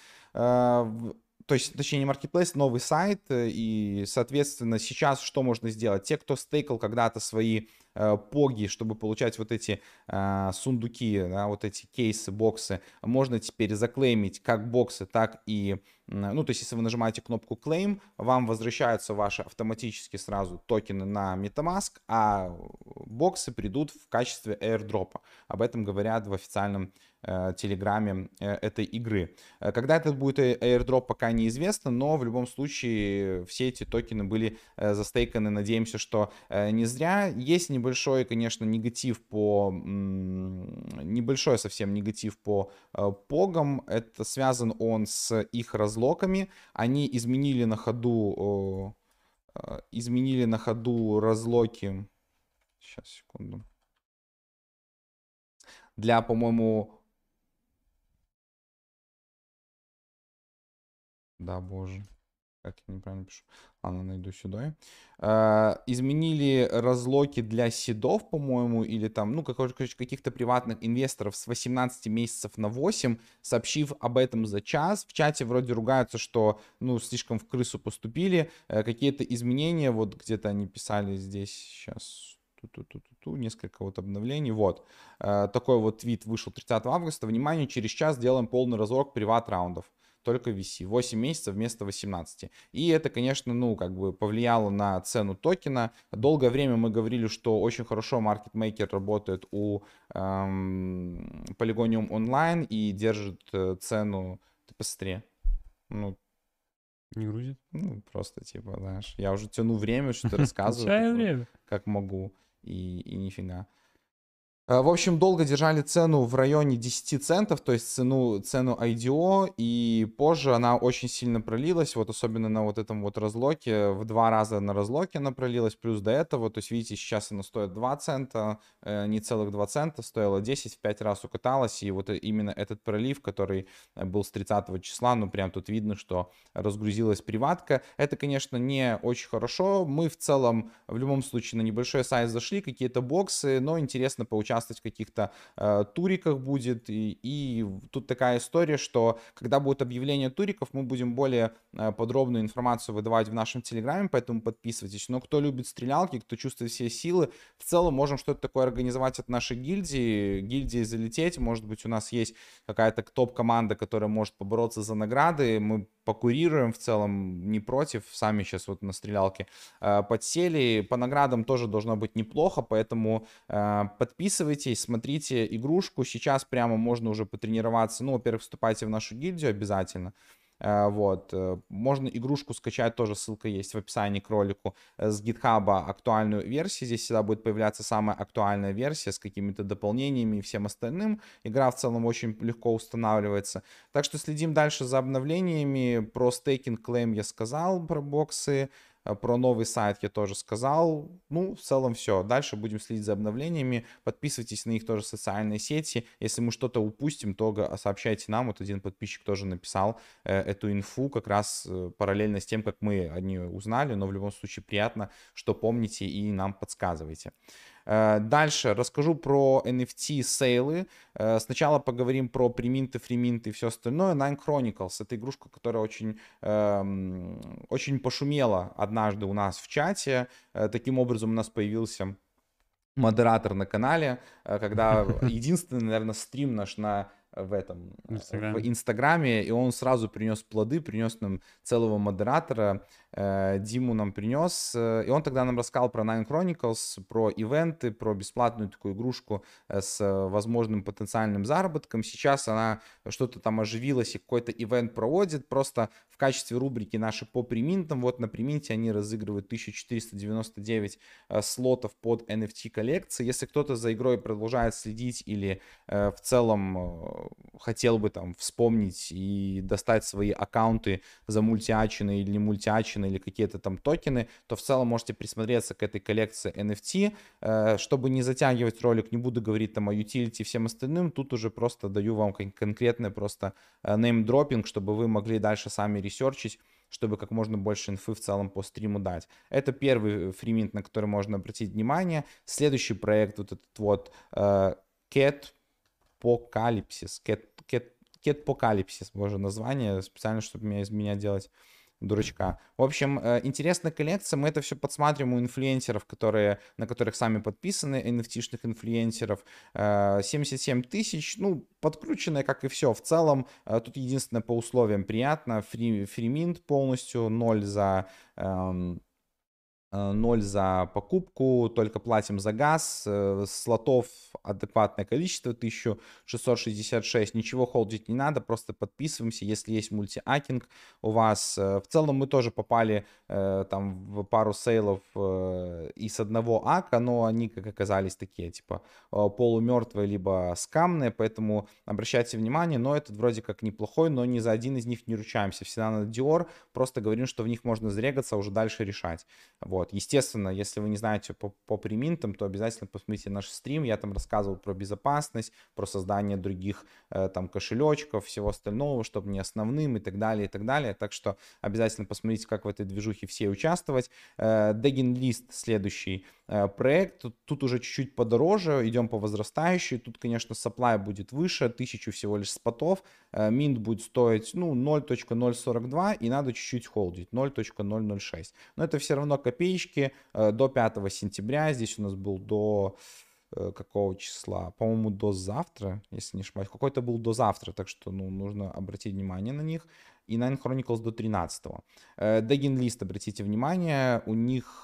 То есть, точнее, не Marketplace, новый сайт. И, соответственно, сейчас что можно сделать? Те, кто стейкал когда-то свои поги, чтобы получать вот эти сундуки, да, вот эти кейсы, боксы, можно теперь заклеймить как боксы, так и, ну, то есть, если вы нажимаете кнопку claim, вам возвращаются ваши автоматически сразу токены на MetaMask, а боксы придут в качестве airdrop. Об этом говорят в официальном телеграме этой игры. Когда это будет airdrop, пока неизвестно, но в любом случае все эти токены были застейканы. Надеемся, что не зря. Есть небольшой, конечно, негатив по... Небольшой совсем негатив по погам. Это связан он с их разлоками. Они изменили на ходу разлоки. Сейчас, секунду. Для, по-моему... Да, боже. Как я неправильно пишу. Ладно, найду сюда. Изменили разлоки для сидов, по-моему, или там, ну, каких-то приватных инвесторов с 18 месяцев на 8, сообщив об этом за час. В чате вроде ругаются, что, ну, слишком в крысу поступили. Какие-то изменения, вот где-то они писали здесь, сейчас... Несколько вот обновлений. Вот. Такой вот твит вышел 30 августа. Внимание, через час делаем полный разлог приват раундов. Только VC. 8 месяцев вместо 18. И это, конечно, ну, как бы повлияло на цену токена. Долгое время мы говорили, что очень хорошо маркетмейкер работает у Polygonium Online и держит цену быстрее. Ну, не грузит? Ну, просто, типа, знаешь, я уже тяну время, что-то рассказываю, как могу, и нифига. В общем, долго держали цену в районе 10 центов, то есть цену IDO, и позже она очень сильно пролилась, вот особенно на вот этом вот разлоке, в 2 раза на разлоке она пролилась, плюс до этого, то есть видите, сейчас она стоит 2 цента, не целых 2 цента, стоила 10, в 5 раз укаталась, и вот именно этот пролив, который был с 30 числа, ну прям тут видно, что разгрузилась приватка. Это, конечно, не очень хорошо, мы в целом в любом случае на небольшой сайт зашли, какие-то боксы, но интересно поучаствовать в каких-то туриках будет. И тут такая история, что когда будет объявление туриков, мы будем более подробную информацию выдавать в нашем телеграме, поэтому подписывайтесь. Но кто любит стрелялки, кто чувствует все силы, в целом можем что-то такое организовать от нашей гильдии залететь. Может быть, у нас есть какая-то топ-команда, которая может побороться за награды. Мы покурируем в целом, не против, сами сейчас вот на стрелялке подсели. По наградам тоже должно быть неплохо, поэтому подписывайтесь, смотрите игрушку. Сейчас прямо можно уже потренироваться. Ну, во-первых, вступайте в нашу гильдию обязательно. Вот. Можно игрушку скачать, тоже ссылка есть в описании к ролику, с GitHub актуальную версию. Здесь всегда будет появляться самая актуальная версия с какими-то дополнениями и всем остальным. Игра в целом очень легко устанавливается. Так что следим дальше за обновлениями. Про стейкинг клейм я сказал, про боксы. Про новый сайт я тоже сказал. Ну, в целом все. Дальше будем следить за обновлениями. Подписывайтесь на их тоже социальные сети. Если мы что-то упустим, то сообщайте нам. Вот один подписчик тоже написал эту инфу как раз параллельно с тем, как мы о ней узнали. Но в любом случае приятно, что помните и нам подсказываете. Дальше расскажу про NFT сейлы. Сначала поговорим про приминты, фриминты и все остальное. Nine Chronicles — это игрушка, которая очень пошумела однажды у нас в чате. Таким образом у нас появился модератор на канале, когда единственный, наверное, стрим наш в Инстаграме, и он сразу принес плоды, принес нам целого модератора, Диму нам принес, и он тогда нам рассказал про Nine Chronicles, про ивенты, про бесплатную такую игрушку с возможным потенциальным заработком. Сейчас она что-то там оживилась и какой-то ивент проводит, просто в качестве рубрики наши по приминтам. Вот на приминте они разыгрывают 1499 слотов под NFT коллекции. Если кто-то за игрой продолжает следить или в целом хотел бы там вспомнить и достать свои аккаунты за мультиачены или не мультиачены или какие-то там токены, то в целом можете присмотреться к этой коллекции NFT. Чтобы не затягивать ролик, не буду говорить там о utility и всем остальным, тут уже просто даю вам конкретный просто name-dropping, чтобы вы могли дальше сами ресерчить, чтобы как можно больше инфы в целом по стриму дать. Это первый фриминт, на который можно обратить внимание. Следующий проект, вот этот вот Cat Покалипсис, Кетпокалипсис, боже, название, специально, чтобы из меня делать дурачка. В общем, интересная коллекция, мы это все подсматриваем у инфлюенсеров, на которых сами подписаны, NFT-шных инфлюенсеров. 77 тысяч, ну, подкрученная, как и все. В целом, тут единственное по условиям приятно, фриминт полностью, 0 за покупку, только платим за газ, слотов адекватное количество, 1666, ничего холдить не надо, просто подписываемся, если есть мультиакинг у вас. В целом мы тоже попали там в пару сейлов из одного ака, но они, как оказались, такие, типа, полумертвые, либо скамные, поэтому обращайте внимание, но этот вроде как неплохой, но ни за один из них не ручаемся, всегда на Dior, просто говорим, что в них можно зарегаться, уже дальше решать. Вот. Естественно, если вы не знаете по приминтам, то обязательно посмотрите наш стрим. Я там рассказывал про безопасность, про создание других там кошелечков, всего остального, чтобы не основным и так далее, и так далее. Так что обязательно посмотрите, как в этой движухе все участвовать. Degin List следующий проект. Тут уже чуть-чуть подороже, идем по возрастающей. Тут, конечно, supply будет выше, 1000 всего лишь спотов. Минт будет стоить, ну, 0.042, и надо чуть-чуть холдить, 0.006. Но это все равно копеечки. До 5 сентября, здесь у нас был до какого числа? По-моему, до завтра, если не ошибаюсь. Какой-то был до завтра, так что, ну, нужно обратить внимание на них. И Nine Chronicles до 13-го. Degin List, обратите внимание, у них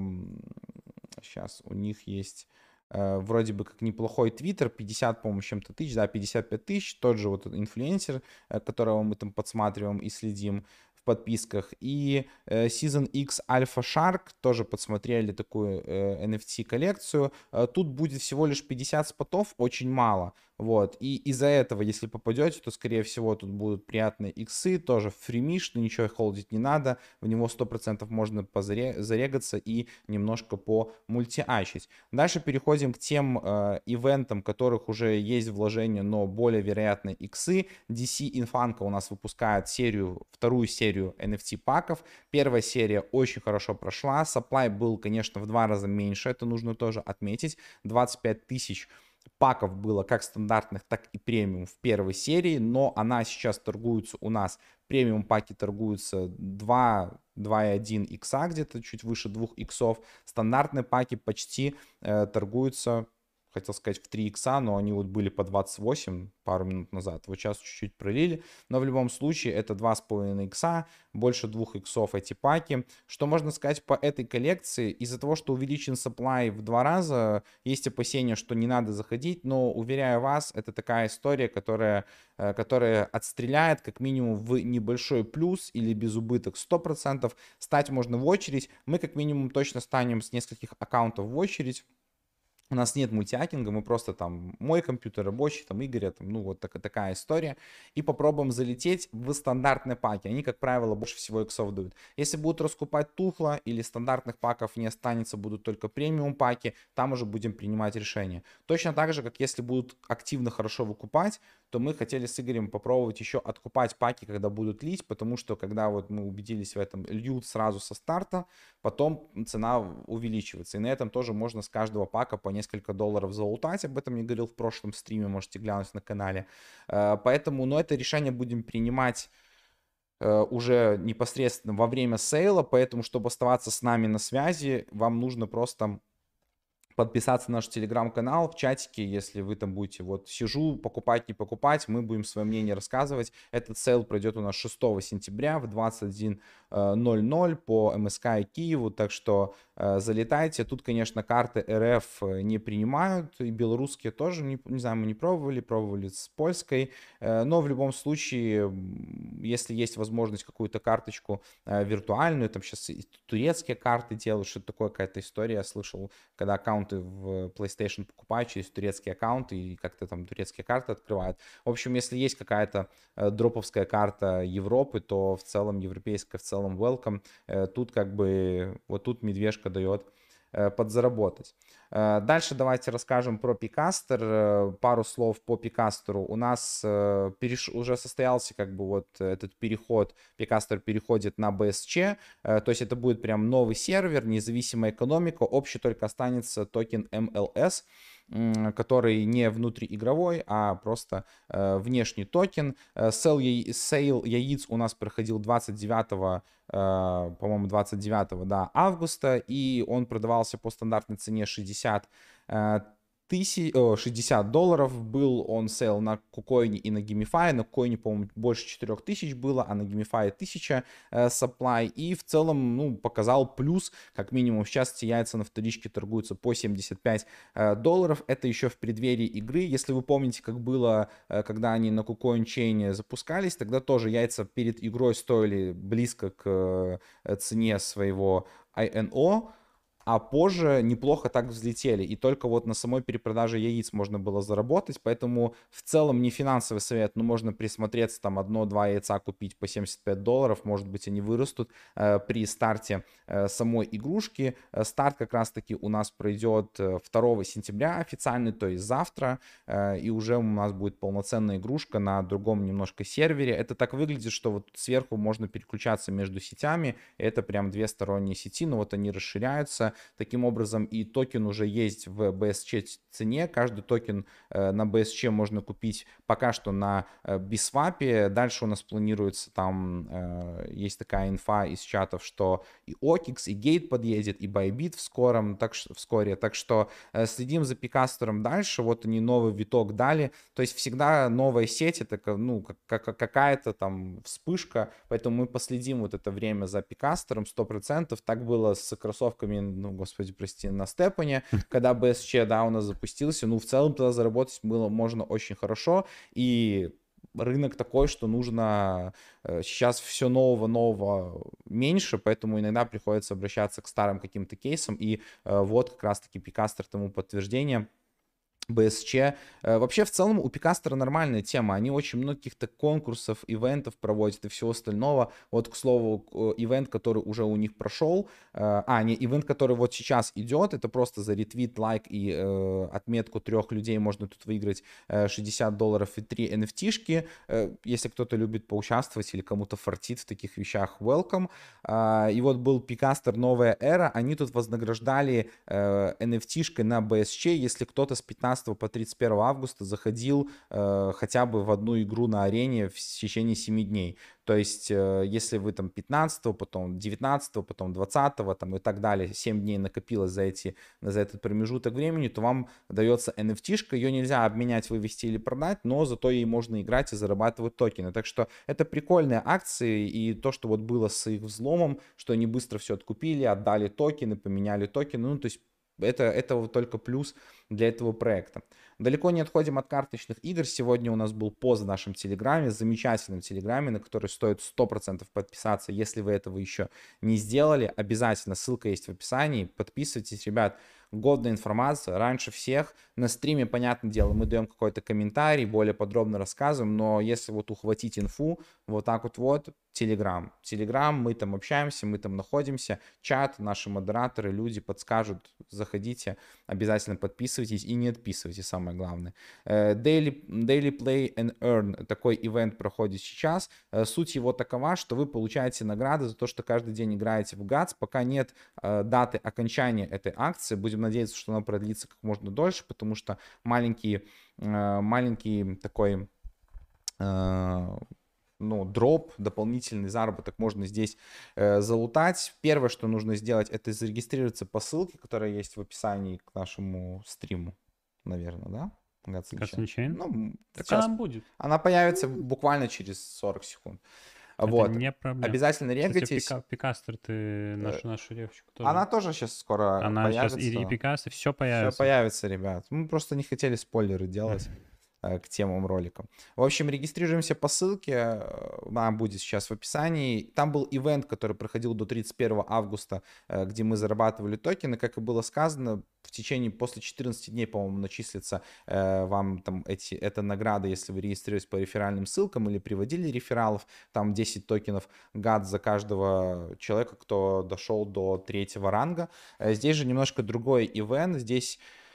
сейчас, у них есть вроде бы как неплохой твиттер, 50, по-моему, чем-то тысяч, да, 55 тысяч, тот же вот инфлюенсер, которого мы там подсматриваем и следим в подписках, и Season X Alpha Shark, тоже подсмотрели такую NFT коллекцию, тут будет всего лишь 50 спотов, очень мало, вот, и из-за этого, если попадете, то, скорее всего, тут будут приятные иксы, тоже фримиш, но ничего холдить не надо, в него 100% можно зарегаться и немножко помультиачить. Дальше переходим к тем ивентам, которых уже есть вложения, но более вероятные иксы. DC Infanka у нас выпускает вторую серию NFT паков. Первая серия очень хорошо прошла, supply был, конечно, в 2 раза меньше, это нужно тоже отметить, 25 тысяч паков было как стандартных, так и премиум в первой серии, но она сейчас торгуется у нас, премиум паки торгуются 2,1 икса, где-то чуть выше 2 иксов, стандартные паки почти торгуются хотел сказать, в 3 икса, но они вот были по 28 пару минут назад. Вот сейчас чуть-чуть пролили, но в любом случае это 2,5 икса, больше 2 иксов эти паки. Что можно сказать по этой коллекции? Из-за того, что увеличен supply в 2 раза, есть опасения, что не надо заходить, но, уверяю вас, это такая история, которая отстреляет как минимум в небольшой плюс или без убыток 100%. Стать можно в очередь. Мы как минимум точно станем с нескольких аккаунтов в очередь. У нас нет мультиакинга, мы просто там мой компьютер рабочий, там Игоря, там, ну вот такая история. И попробуем залететь в стандартные паки. Они, как правило, больше всего иксов дают. Если будут раскупать тухло или стандартных паков не останется, будут только премиум паки, там уже будем принимать решение. Точно так же, как если будут активно хорошо выкупать, то мы хотели с Игорем попробовать еще откупать паки, когда будут лить, потому что когда вот мы убедились в этом, льют сразу со старта, потом цена увеличивается. И на этом тоже можно с каждого пака по несколько долларов залутать. Об этом я говорил в прошлом стриме, можете глянуть на канале. Поэтому, но это решение будем принимать уже непосредственно во время сейла, поэтому, чтобы оставаться с нами на связи, вам нужно просто подписаться на наш телеграм-канал в чатике, если вы там будете, вот сижу, покупать, не покупать, мы будем свое мнение рассказывать. Этот сейл пройдет у нас 6 сентября в 21:00 по МСК и Киеву, так что залетайте. Тут, конечно, карты РФ не принимают, и белорусские тоже, не знаю, мы не пробовали с польской, но в любом случае, если есть возможность какую-то карточку виртуальную, там сейчас и турецкие карты делают, что-то такое, какая-то история, я слышал, когда аккаунты в PlayStation покупают через турецкие аккаунты и как-то там турецкие карты открывают. В общем, если есть какая-то дроповская карта Европы, то в целом европейская, в целом welcome. Тут как бы, вот тут медвежка дает подзаработать. Дальше давайте расскажем про Picaster. Пару слов по Picaster. У нас уже состоялся как бы вот этот переход. Picaster переходит на BSC. То есть это будет прям новый сервер, независимая экономика. Общий только останется токен MLS, который не внутриигровой, а просто внешний токен. Сейл яиц у нас проходил 29, по-моему, 29, да, августа, и он продавался по стандартной цене 60 $60. Был он сейл на KuCoin и на GameFi. На KuCoin, по-моему, больше 4000 было, а на GameFi 1000 supply. И в целом, ну, показал плюс. Как минимум, сейчас эти яйца на вторичке торгуются по $75. Это еще в преддверии игры. Если вы помните, как было, когда они на KuCoin Chain запускались, тогда тоже яйца перед игрой стоили близко к цене своего INO, а позже неплохо так взлетели. И только вот на самой перепродаже яиц можно было заработать. Поэтому в целом не финансовый совет, но можно присмотреться, там 1-2 яйца купить по $75. Может быть, они вырастут при старте самой игрушки. Старт как раз-таки у нас пройдет 2 сентября официальный, то есть завтра. И уже у нас будет полноценная игрушка на другом немножко сервере. Это так выглядит, что вот сверху можно переключаться между сетями. Это прям две сторонние сети, но вот они расширяются. Таким образом, и токен уже есть в BSC цене. Каждый токен на BSC можно купить пока что на Biswap. Дальше у нас планируется, там есть такая инфа из чатов, что и OKX, и Gate подъедет, и Bybit вскоре. Так что следим за Picaster дальше. Вот они новый виток дали. То есть всегда новая сеть, это, ну, какая-то там вспышка. Поэтому мы последим вот это время за Picaster 100%. Так было с кроссовками, ну, господи, прости, на Степане, когда BSC, да, у нас запустился. Ну, в целом тогда заработать было можно очень хорошо. И рынок такой, что нужно сейчас все нового меньше, поэтому иногда приходится обращаться к старым каким-то кейсам. И вот как раз-таки Picaster тому подтверждение. BSC. Вообще, в целом, у Picaster нормальная тема. Они очень много каких-то конкурсов, ивентов проводят и всего остального. Вот, к слову, ивент, который уже у них прошел. Не, ивент, который вот сейчас идет, это просто за ретвит, лайк и отметку 3 людей можно тут выиграть $60 и 3 NFT-шки. Если кто-то любит поучаствовать или кому-то фартит в таких вещах, welcome. И вот был Picaster новая эра. Они тут вознаграждали NFT-шкой на BSC, если кто-то с 15 15 по 31 августа заходил хотя бы в одну игру на арене в течение 7 дней. То есть, если вы там 15, потом 19, потом 20 там, и так далее, 7 дней накопилось за этот промежуток времени, то вам дается NFT-шка, ее нельзя обменять, вывести или продать, но зато ей можно играть и зарабатывать токены. Так что это прикольные акции, и то, что вот было с их взломом, что они быстро все откупили, отдали токены, поменяли токены, ну, то есть это вот только плюс для этого проекта. Далеко не отходим от карточных игр. Сегодня у нас был пост в нашем Телеграме, замечательном Телеграме, на который стоит 100% подписаться. Если вы этого еще не сделали, обязательно ссылка есть в описании. Подписывайтесь, ребят. Годная информация, раньше всех. На стриме, понятное дело, мы даем какой-то комментарий, более подробно рассказываем, но если вот ухватить инфу, вот так вот, Телеграм. Телеграм, мы там общаемся, мы там находимся, чат, наши модераторы, люди подскажут, заходите, обязательно подписывайтесь и не отписывайтесь, самое главное. Daily Play and Earn, такой ивент проходит сейчас. Суть его такова, что вы получаете награды за то, что каждый день играете в ГАЦ, пока нет даты окончания этой акции, будем надеяться, что она продлится как можно дольше, потому что маленький такой дроп, дополнительный заработок можно здесь залутать. Первое, что нужно сделать, это зарегистрироваться по ссылке, которая есть в описании к нашему стриму, наверное, да? Гацинчейн? Ну, Так сейчас. она будет. Она появится буквально через 40 секунд. Вот. Не проблема. Обязательно регайтесь. Кстати, Пикастер, ты нашу девочку тоже. Она тоже сейчас скоро Она появится. сейчас и Пикастер, все появится. Все появится, ребят. Мы просто не хотели спойлеры делать к темам ролика. В общем, регистрируемся по ссылке, она будет сейчас в описании. Там был ивент, который проходил до 31 августа, где мы зарабатывали токены. Как и было сказано, в течение, после 14 дней, по-моему, начислится вам там эта награда, если вы регистрируетесь по реферальным ссылкам или приводили рефералов. Там 10 токенов GAT за каждого человека, кто дошел до 3-го ранга. Здесь же немножко другой ивент. Здесь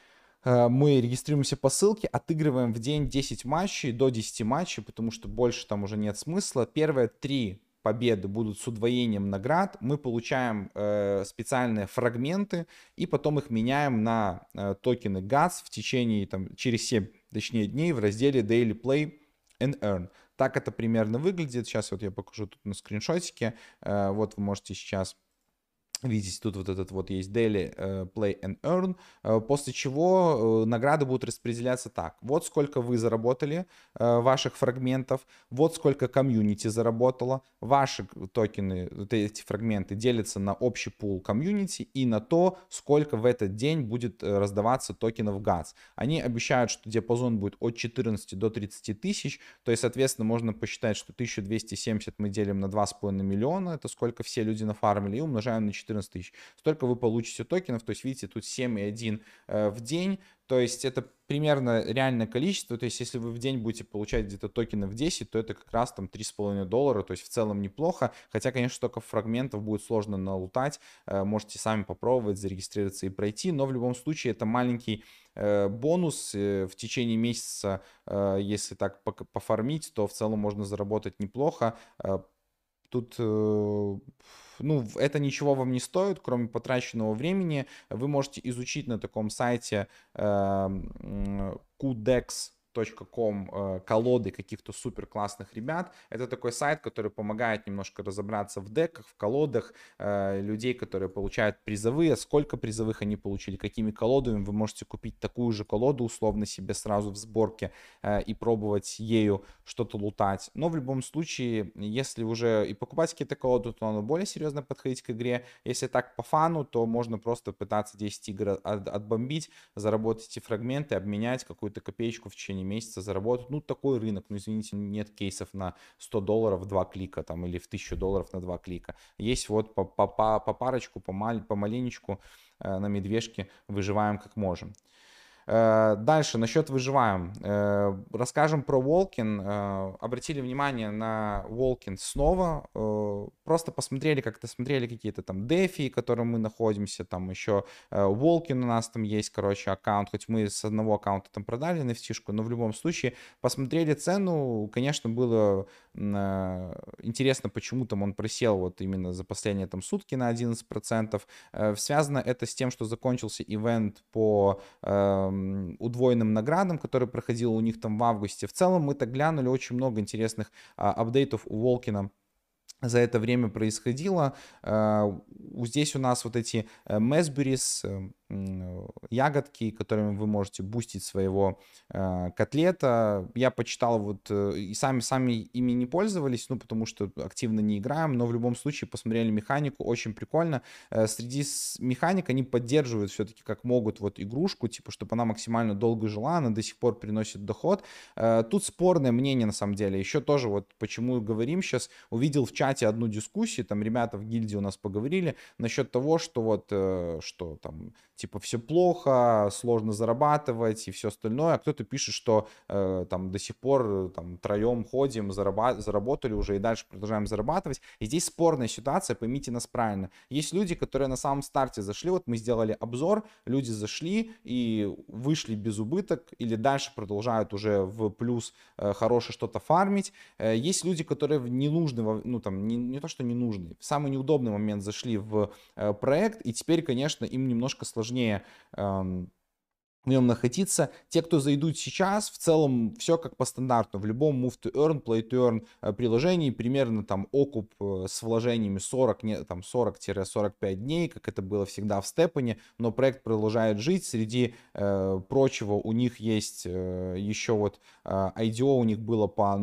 мы регистрируемся по ссылке, отыгрываем в день 10 матчей, до 10 матчей, потому что больше там уже нет смысла. Первые 3 победы будут с удвоением наград. Мы получаем специальные фрагменты и потом их меняем на токены GATS в течение, через 7, дней в разделе Daily Play and Earn. Так это примерно выглядит. Сейчас вот я покажу тут на скриншотике. Вот вы можете сейчас видите, тут вот этот вот есть Daily Play and Earn, после чего награды будут распределяться так. Вот сколько вы заработали ваших фрагментов, вот сколько комьюнити заработало, ваши токены, вот эти фрагменты делятся на общий пул комьюнити и на то, сколько в этот день будет раздаваться токенов GATS. Они обещают, что диапазон будет от 14 до 30 тысяч, то есть, соответственно, можно посчитать, что 1270 мы делим на 2,5 миллиона, это сколько все люди нафармили, и умножаем на 14 тысяч. Столько вы получите токенов, то есть, видите, тут 7,1 в день, то есть это примерно реальное количество, то есть если вы в день будете получать где-то токенов 10, то это как раз там $3,5, то есть в целом неплохо, хотя, конечно, только фрагментов будет сложно налутать, можете сами попробовать, зарегистрироваться и пройти, но в любом случае это маленький бонус в течение месяца, если так пофармить, то в целом можно заработать неплохо. Тут, это ничего вам не стоит, кроме потраченного времени. Вы можете изучить на таком сайте kudex.com колоды каких-то супер классных ребят. Это такой сайт, который помогает немножко разобраться в деках, в колодах, людей, которые получают призовые, сколько призовых они получили, какими колодами. Вы можете купить такую же колоду условно себе сразу в сборке и пробовать ею что-то лутать. Но в любом случае, если уже и покупать какие-то колоды, то надо более серьезно подходить к игре. Если так по фану, то можно просто пытаться 10 игр отбомбить, заработать эти фрагменты, обменять какую-то копеечку в течение месяца, заработать. Ну, такой рынок. Ну, извините, нет кейсов на $100 2 клика там или в $1000 на 2 клика. Есть вот по парочку, помаленечку на медвежке выживаем как можем. Дальше, насчет выживаем. Расскажем про Волкин. Обратили внимание на Волкин снова. Просто посмотрели, как-то смотрели какие-то там дефи, в котором мы находимся. Там еще Волкин у нас там есть, короче, аккаунт. Хоть мы с одного аккаунта там продали NFT-шку, но в любом случае посмотрели цену. Конечно, было Интересно, почему там он просел вот именно за последние там сутки на 11%. Связано это с тем, что закончился ивент по удвоенным наградам, который проходил у них там в августе. В целом мы так глянули, очень много интересных апдейтов у Волкина за это время происходило. Здесь у нас вот эти Mesberries, ягодки, которыми вы можете бустить своего котлета. Я почитал вот, и сами ими не пользовались, ну, потому что активно не играем, но в любом случае посмотрели механику, очень прикольно. Среди механик они поддерживают все-таки как могут вот игрушку, типа, чтобы она максимально долго жила, она до сих пор приносит доход. Тут спорное мнение на самом деле. Еще тоже вот почему говорим сейчас, увидел в чате одну дискуссию, там ребята в гильдии у нас поговорили насчет того, что вот, что там, типа, все плохо, сложно зарабатывать и все остальное, а кто-то пишет, что там до сих пор там троем ходим, заработали уже и дальше продолжаем зарабатывать. И здесь спорная ситуация, поймите нас правильно. Есть люди, которые на самом старте зашли, вот мы сделали обзор, люди зашли и вышли без убыток или дальше продолжают уже в плюс хорошее что-то фармить. Есть люди, которые в ненужный, ну там не то, что ненужный, в самый неудобный момент зашли в проект, и теперь, конечно, им немножко сложнее в нем находиться. Те, кто зайдут сейчас, в целом все как по стандарту. В любом Move to Earn, Play to Earn приложении примерно там окуп с вложениями 40, там 40-45 дней, как это было всегда в Степане, но проект продолжает жить. Среди прочего у них есть еще вот IDO у них было по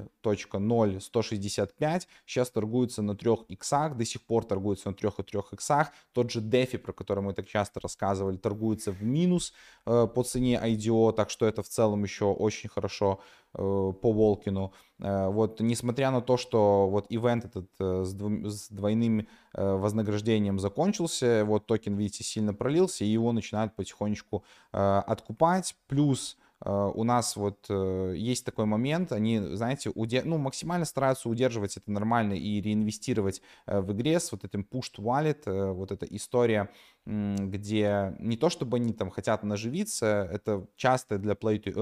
0.0165, сейчас торгуются на 3 иксах, до сих пор торгуются на 3,3 иксах. Тот же DeFi, про который мы так часто рассказывали, торгуется в минус по цене IDO, так что это в целом еще очень хорошо по Волкину. Вот, несмотря на то, что вот ивент этот с двойным вознаграждением закончился, вот токен, видите, сильно пролился, и его начинают потихонечку откупать, плюс у нас вот есть такой момент, они, знаете, ну, максимально стараются удерживать это нормально и реинвестировать в игре с вот этим pushed wallet, вот эта история, где не то чтобы они там хотят наживиться, это часто для play to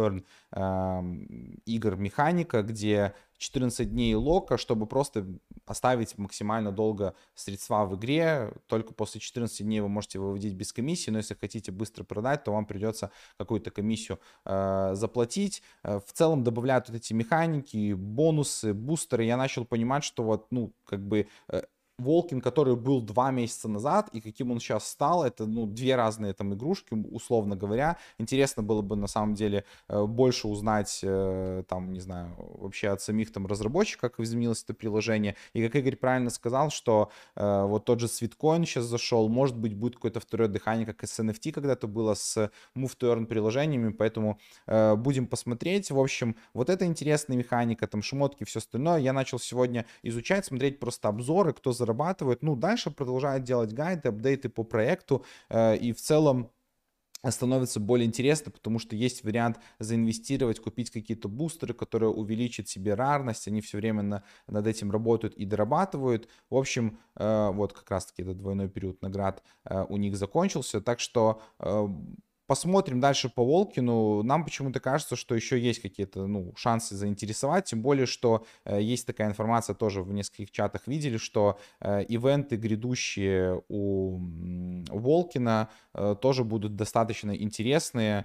earn игр механика, где 14 дней лока, чтобы просто оставить максимально долго средства в игре. Только после 14 дней вы можете выводить без комиссии, но если хотите быстро продать, то вам придется какую-то комиссию заплатить. В целом добавляют вот эти механики, бонусы, бустеры. Я начал понимать, что вот, ну, как бы Волкин, который был 2 месяца назад, и каким он сейчас стал, это, ну, две разные там игрушки, условно говоря. Интересно было бы, на самом деле, больше узнать, там, не знаю, вообще от самих там разработчиков, как изменилось это приложение. И как Игорь правильно сказал, что вот тот же Sweetcoin сейчас зашел, может быть, будет какое-то второе дыхание, как и с NFT когда-то было с Move to Earn приложениями, поэтому будем посмотреть. В общем, вот это интересная механика, там, шмотки, все остальное. Я начал сегодня изучать, смотреть просто обзоры, кто зарабатывает. Ну, дальше продолжает делать гайды, апдейты по проекту, и в целом становится более интересно, потому что есть вариант заинвестировать, купить какие-то бустеры, которые увеличат себе рарность, они все время над этим работают и дорабатывают. В общем, вот как раз-таки этот двойной период наград у них закончился, так что посмотрим дальше по Волкину. Нам почему-то кажется, что еще есть какие-то, ну, шансы заинтересовать, тем более, что есть такая информация, тоже в нескольких чатах видели, что ивенты грядущие у Волкина тоже будут достаточно интересные,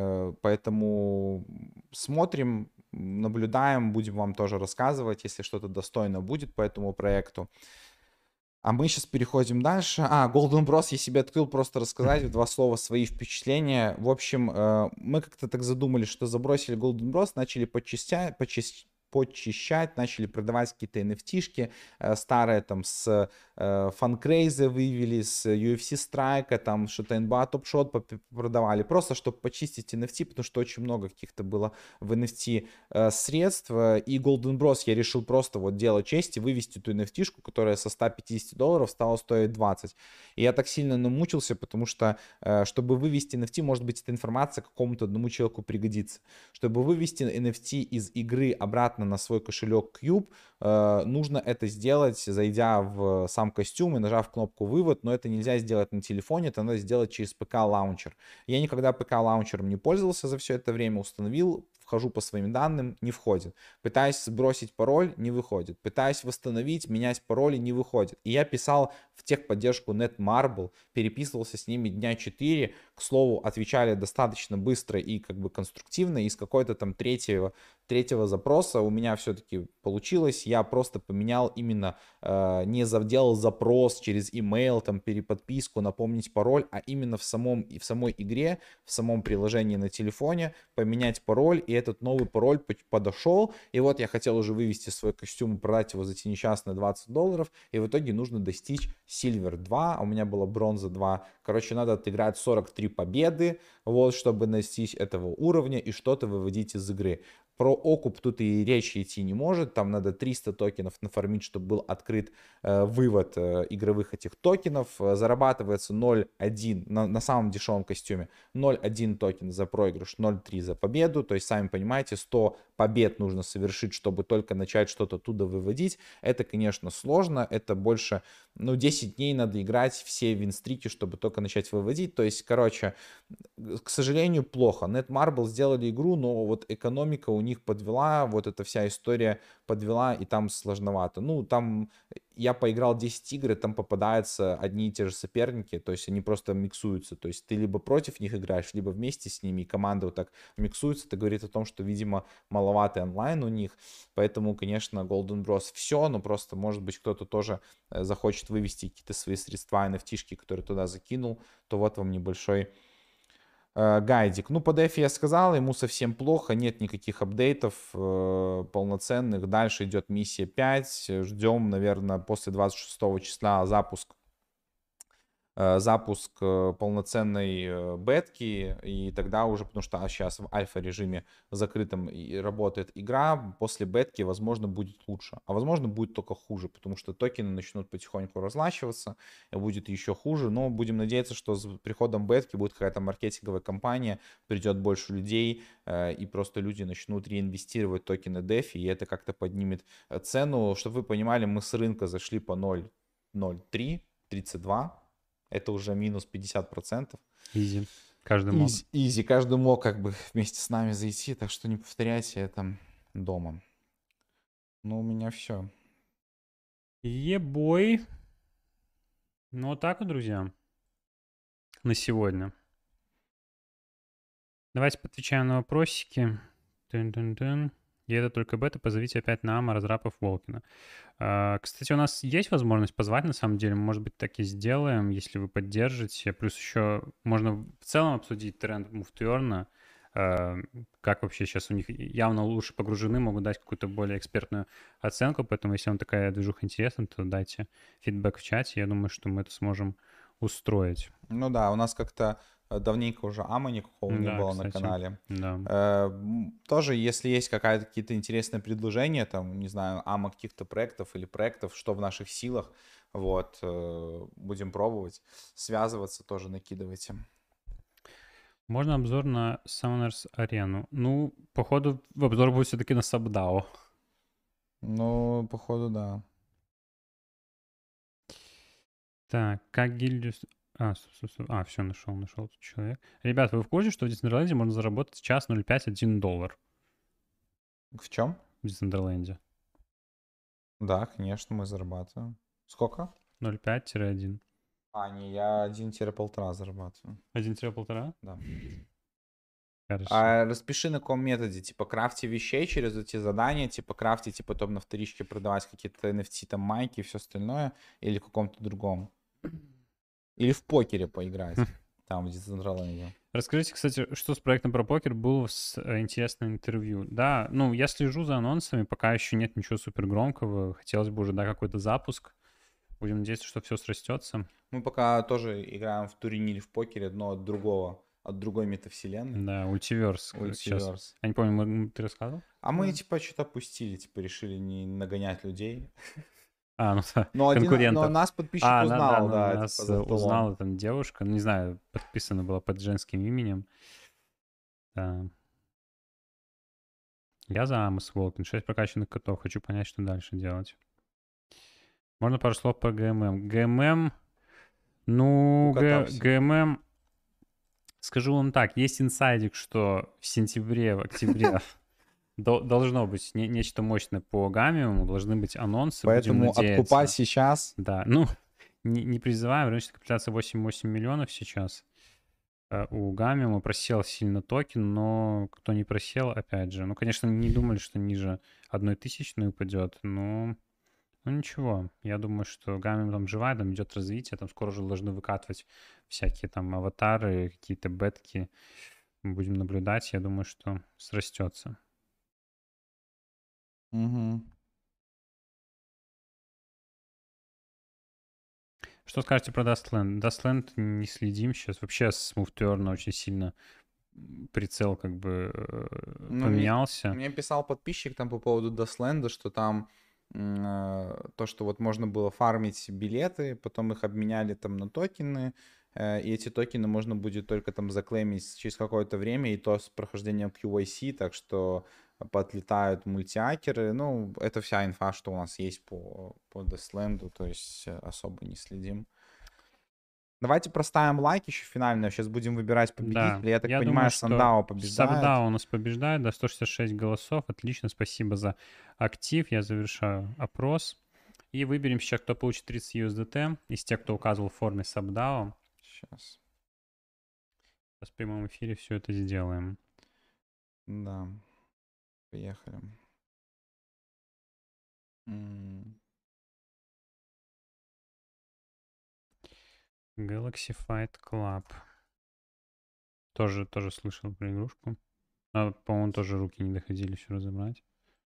поэтому смотрим, наблюдаем, будем вам тоже рассказывать, если что-то достойно будет по этому проекту. А мы сейчас переходим дальше. Golden Bros я себе открыл просто рассказать в 2 слова свои впечатления. В общем, мы как-то так задумали, что забросили Golden Bros, начали почищать, начали продавать какие-то NFT-шки старые, там с Funkraise вывели, с UFC Strike, там что-то NBA Top Shot продавали, просто чтобы почистить NFT, потому что очень много каких-то было в NFT средств, и Golden Bros я решил просто вот делать честь и вывести эту NFT-шку, которая со $150 стала стоить 20. И я так сильно намучился, потому что, чтобы вывести NFT, может быть, эта информация какому-то одному человеку пригодится. Чтобы вывести NFT из игры обратно на свой кошелек Cube, нужно это сделать, зайдя в сам костюм и нажав кнопку «Вывод», но это нельзя сделать на телефоне, это надо сделать через ПК-лаунчер. Я никогда ПК-лаунчером не пользовался за все это время, установил, хожу по своим данным, не входит. Пытаюсь сбросить пароль, не выходит. Пытаюсь восстановить, менять пароли, не выходит. И я писал в техподдержку Netmarble, переписывался с ними дня 4. К слову, отвечали достаточно быстро и как бы конструктивно. И с какой-то там третьего запроса у меня все-таки получилось. Я просто поменял именно, не делал запрос через email, там, переподписку, напомнить пароль, а именно в самой игре, в самом приложении на телефоне поменять пароль, и этот новый пароль подошел. И вот я хотел уже вывести свой костюм и продать его за те несчастные $20, и в итоге нужно достичь Silver 2, а у меня была бронза 2. Короче, надо отыграть 43 победы, вот, чтобы достичь этого уровня и что-то выводить из игры. Про окуп тут и речи идти не может, там надо 300 токенов нафармить, чтобы был открыт вывод игровых этих токенов. Зарабатывается 0.1 на самом дешевом костюме, 0.1 токен за проигрыш, 0.3 за победу, то есть, сами понимаете, 100 побед нужно совершить, чтобы только начать что-то оттуда выводить. Это, конечно, сложно, это больше, 10 дней надо играть все винстрики, чтобы только начать выводить, то есть, короче, к сожалению, плохо. Netmarble сделали игру, но вот экономика у них подвела, вот эта вся история подвела, и там сложновато. Там я поиграл 10 игр, и там попадаются одни и те же соперники, то есть они просто миксуются. То есть ты либо против них играешь, либо вместе с ними, и команды вот так миксуются. Это говорит о том, что, видимо, маловатый онлайн у них. Поэтому, конечно, Golden Bros все, но просто, может быть, кто-то тоже захочет вывести какие-то свои средства, NFT-шки, которые туда закинул, то вот вам небольшой гайдик. По DeFi я сказал, ему совсем плохо, нет никаких апдейтов полноценных. Дальше идет миссия 5. Ждем, наверное, после 26 числа запуск полноценной бетки, и тогда уже, потому что сейчас в альфа-режиме закрытом работает игра, после бетки, возможно, будет лучше, а возможно, будет только хуже, потому что токены начнут потихоньку разлачиваться, и будет еще хуже, но будем надеяться, что с приходом бетки будет какая-то маркетинговая кампания, придет больше людей, и просто люди начнут реинвестировать токены DeFi, и это как-то поднимет цену. Чтобы вы понимали, мы с рынка зашли по 0.03, 32, это уже минус 50%. Изи. Каждый мог. Изи. Каждый мог как бы вместе с нами зайти, так что не повторяйте это дома. У меня все. Ебой. Вот так вот, друзья. На сегодня. Давайте поотвечаем на вопросики. Тын-тын-тын. И это только бета. Позовите опять на Ама, разрапов Волкина. Кстати, у нас есть возможность позвать, на самом деле. Может быть, так и сделаем, если вы поддержите. Плюс еще можно в целом обсудить тренд муфтуерна. Как вообще сейчас у них явно лучше погружены, могут дать какую-то более экспертную оценку. Поэтому, если вам такая движуха интересна, то дайте фидбэк в чате. Я думаю, что мы это сможем устроить. Да, у нас как-то давненько уже Ама никакого не было, кстати, на канале. Да. Тоже, если есть какие-то интересные предложения, там, не знаю, Ама каких-то проектов или проектов, что в наших силах, вот, будем пробовать, связываться, тоже накидывайте. Можно обзор на Summoners Арену. Походу, обзор будет все-таки на Сабдао. Походу, да. Так, как гильдию... все, нашел человек. Ребят, вы в курсе, что в Диснейленде можно заработать в час 0,5 $1? В чем? В Диснейленде. Да, конечно, мы зарабатываем. Сколько? 0,5-1. Не, я 1-1,5 зарабатываю. 1-1,5? Да. Хорошо. Распиши на каком методе, типа крафте вещей через эти задания, типа крафтить и потом на вторичке продавать какие-то NFT, там майки и все остальное, или в каком-то другом. Или в покере поиграть, там, в Децентраленде. Расскажите, кстати, что с проектом про покер было интересное интервью. Да, я слежу за анонсами, пока еще нет ничего супер громкого. Хотелось бы уже, какой-то запуск. Будем надеяться, что все срастется. Мы пока тоже играем в турнире в покере, но от другой метавселенной. Да, Ультиверс. Ультиверс. Я не помню, ты рассказывал? Мы, что-то опустили, решили не нагонять людей. Да, конкурентов. Но нас подписчик узнал, да. Нас узнала там девушка, не знаю, подписана была под женским именем. Да. Я за Амос Волкин, 6 прокачанных котов. Хочу понять, что дальше делать. Можно пару слов по ГММ. ГММ, ГММ, скажу вам так, есть инсайдик, что в сентябре, в октябре Должно быть нечто мощное по Гаммиуму, должны быть анонсы, будем Поэтому откупать надеяться. сейчас. Да, ну, не призываем, рыночная капитализация 8,8 миллионов сейчас. У Гаммиума просел сильно токен, но кто не просел, опять же, ну, конечно, не думали, что ниже 1 тысячной упадет, но ну ничего, я думаю, что Гаммиум там живая, там идет развитие, там скоро уже должны выкатывать всякие там аватары, какие-то бетки. Мы будем наблюдать, я думаю, что срастется. Угу. Что скажете про Dustland? Dustland не следим сейчас. Вообще с MoveTurn очень сильно прицел как бы Ну, поменялся. мне писал подписчик там по поводу Дасленда, что там то, что вот можно было фармить билеты, потом их обменяли там на токены, и эти токены можно будет только там заклеймить через какое-то время, и то с прохождением QYC, так что подлетают мультиакеры. Ну, это вся инфа, что у нас есть по Дасленду, то есть особо не следим. Давайте проставим лайк еще финально. Сейчас будем выбирать Да, победителя. Я так я думаю, понимаю, что Сандао побеждает. Сабдао у нас побеждает, да, 166 голосов. Отлично, спасибо за актив. Я завершаю опрос. И выберем сейчас, кто получит 30 USDT из тех, кто указывал в форме Сабдао. Сейчас. Сейчас в прямом эфире все это сделаем. Да. Поехали. Galaxy Fight Club. Тоже слышал про игрушку. По-моему, тоже руки не доходили все разобрать.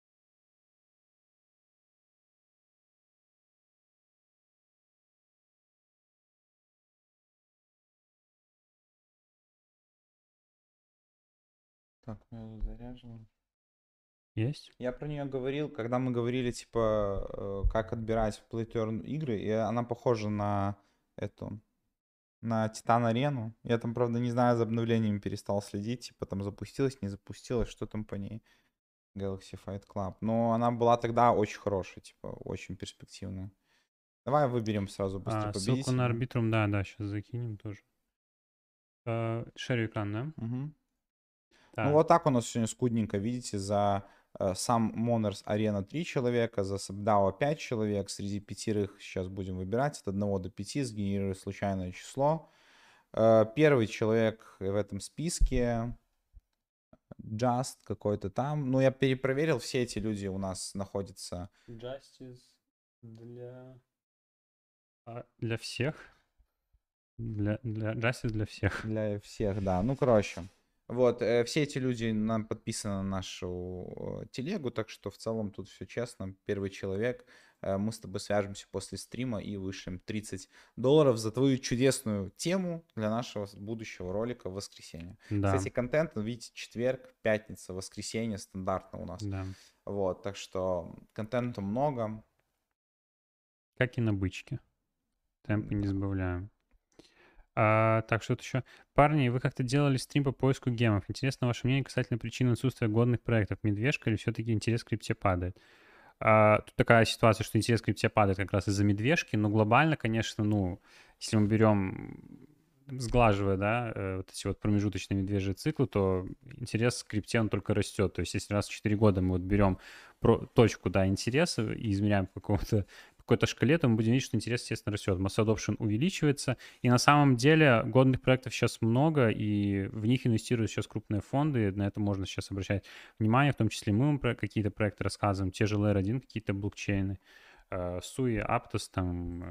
Так, заряжено. Есть? Я про нее говорил, когда мы говорили, типа, как отбирать в PlayTurn игры, и она похожа на эту, на Титан Арену. Я там, правда, не знаю, за обновлениями перестал следить, типа, там запустилась, не запустилась, что там по ней. Galaxy Fight Club. Но она была тогда очень хорошая, типа, очень перспективная. Давай выберем сразу быстро Ссылку на победителя. Арбитрум, да, сейчас закинем тоже. Шерю экран, да? Угу. Ну, Так, вот так у нас сегодня скудненько, видите, за сам Moners Arena 3 человека, за Subdao 5 человек, среди пятерых сейчас будем выбирать от 1 до 5, сгенерируя случайное число. Первый человек в этом списке, Just какой-то там, ну, я перепроверил, все эти люди у нас находятся. Justice для всех. Для Justice для всех. Для всех, да. Ну, короче. Вот, все эти люди нам подписаны на нашу телегу, так что в целом тут все честно. Первый человек, мы с тобой свяжемся после стрима и вышлем $30 за твою чудесную тему для нашего будущего ролика в воскресенье. Да, Кстати, контент, видите, четверг, пятница, воскресенье стандартно у нас. да. Вот, так что контента много. Как и на бычке. Темпы не Да. сбавляем. Так, что-то еще. Парни, вы как-то делали стрим по поиску гемов. Интересно ваше мнение касательно причин отсутствия годных проектов. Медвежка или все-таки интерес к крипте падает? Тут такая ситуация, что интерес к крипте падает как раз из-за медвежки, но глобально, конечно, ну, если мы берем, сглаживая, да, вот эти вот промежуточные медвежьи циклы, то интерес к крипте, он только растет. То есть если раз в 4 года мы вот берем точку, да, интереса и измеряем какой-то шкале, то мы будем видеть, что интерес, естественно, растет. Mass adoption увеличивается, и на самом деле годных проектов сейчас много, и в них инвестируют сейчас крупные фонды, на это можно сейчас обращать внимание, в том числе мы вам про какие-то проекты рассказываем, те же Layer 1, какие-то блокчейны, Sui, Aptos, там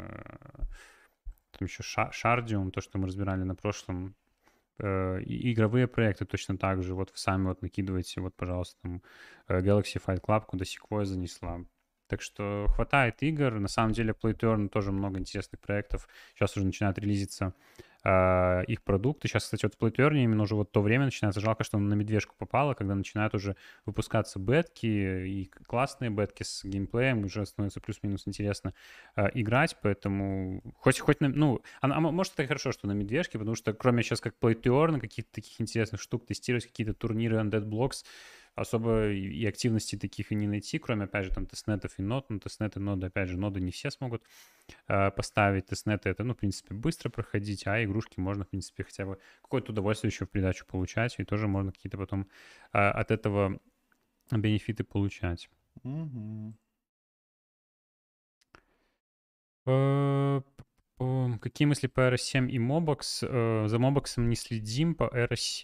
еще Shardium, то, что мы разбирали на прошлом, игровые проекты точно так же. Вот вы сами вот накидываете, вот, пожалуйста, там Galaxy Fight Club, куда Sequoia занесла. Так что хватает игр. На самом деле, PlayTurn тоже много интересных проектов. Сейчас уже начинают релизиться их продукты. Сейчас, кстати, вот в PlayTurn именно уже вот то время начинается. Жалко, что на медвежку попало, когда начинают уже выпускаться бетки, и классные бетки с геймплеем, уже становится плюс-минус интересно играть, поэтому ну, может, это хорошо, что на медвежке, потому что кроме сейчас как PlayTurn, каких-то таких интересных штук, тестировать какие-то турниры Undead Blocks, особо и активностей таких и не найти, кроме, опять же, там, тестнетов и нод. Ну, тестнеты, ноды, опять же, ноды не все смогут поставить. Тестнеты — это, ну, в принципе, быстро проходить, а игрушки можно, в принципе, хотя бы какое-то удовольствие еще в придачу получать, и тоже можно какие-то потом от этого бенефиты получать. Мгм. Какие мысли по RS7 и Mobox? За Mobox не следим, по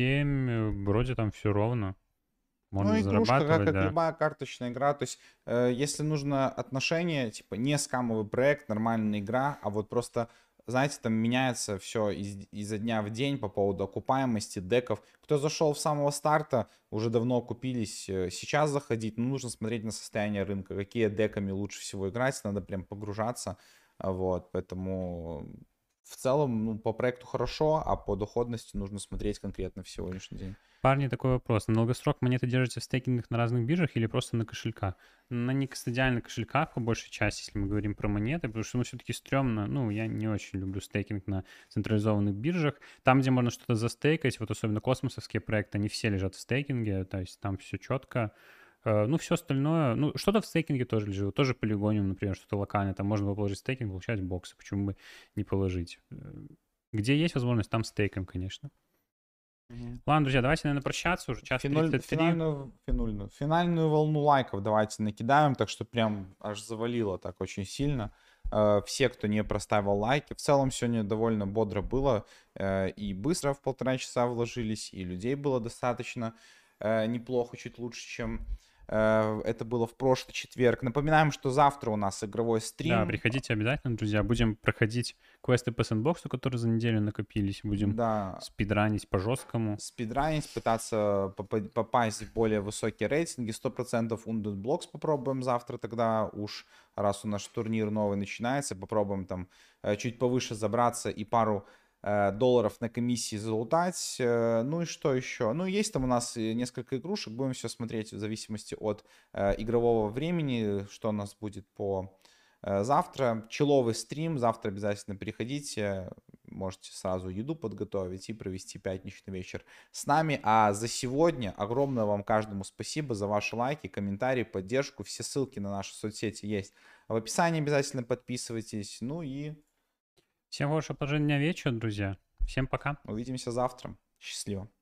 RS7 вроде там все ровно. Можно Ну, игрушка, зарабатывать, как да. любая карточная игра. То есть, если нужно отношение, типа, не скамовый проект, нормальная игра, а вот просто, знаете, там меняется все изо дня в день по поводу окупаемости, деков. Кто зашел с самого старта, уже давно купились. Сейчас заходить, ну, нужно смотреть на состояние рынка, какие деками лучше всего играть, надо прям погружаться. Вот, поэтому в целом, ну, по проекту хорошо, а по доходности нужно смотреть конкретно в сегодняшний день. Парни, такой вопрос. На долгосрок монеты держите в стейкингах на разных биржах или просто на кошельках? На некастодиальных кошельках, по большей части, если мы говорим про монеты, потому что, ну, все-таки стрёмно. Ну, я не очень люблю стейкинг на централизованных биржах. Там, где можно что-то застейкать, вот особенно космосовские проекты, они все лежат в стейкинге, то есть там все четко. Ну, все остальное, ну, что-то в стейкинге тоже лежит. Тоже полигониум, например, что-то локальное. Там можно было положить стейкинг, получать боксы. Почему бы не положить? Где есть возможность, там стейкаем, конечно. Мгм. Ладно, друзья, давайте, наверное, прощаться. Уже час 33. Финальную волну лайков давайте накидаем, так что прям аж завалило так очень сильно. Все, кто не проставил лайки. В целом сегодня довольно бодро было. И быстро в 1,5 часа вложились, и людей было достаточно неплохо, чуть лучше, чем это было в прошлый четверг. Напоминаем, что завтра у нас игровой Да, стрим. приходите обязательно, друзья. Будем проходить квесты по сэндбоксу, которые за неделю накопились. Будем Да, спидранить по-жесткому. спидранить, пытаться попасть в более высокие рейтинги. 100% Undead Blocks попробуем завтра тогда уж, раз у нас турнир новый начинается, попробуем там чуть повыше забраться и пару долларов на комиссии залутать. Ну и что еще? Ну, есть там у нас несколько игрушек, будем все смотреть в зависимости от игрового времени, что у нас будет по завтра. Человый стрим, завтра обязательно приходите, можете сразу еду подготовить и провести пятничный вечер с нами. А за сегодня огромное вам каждому спасибо за ваши лайки, комментарии, поддержку. Все ссылки на наши соцсети есть в описании, обязательно подписывайтесь. Ну и Всем хорошего положения вечера, друзья. Всем пока. увидимся завтра. Счастливо.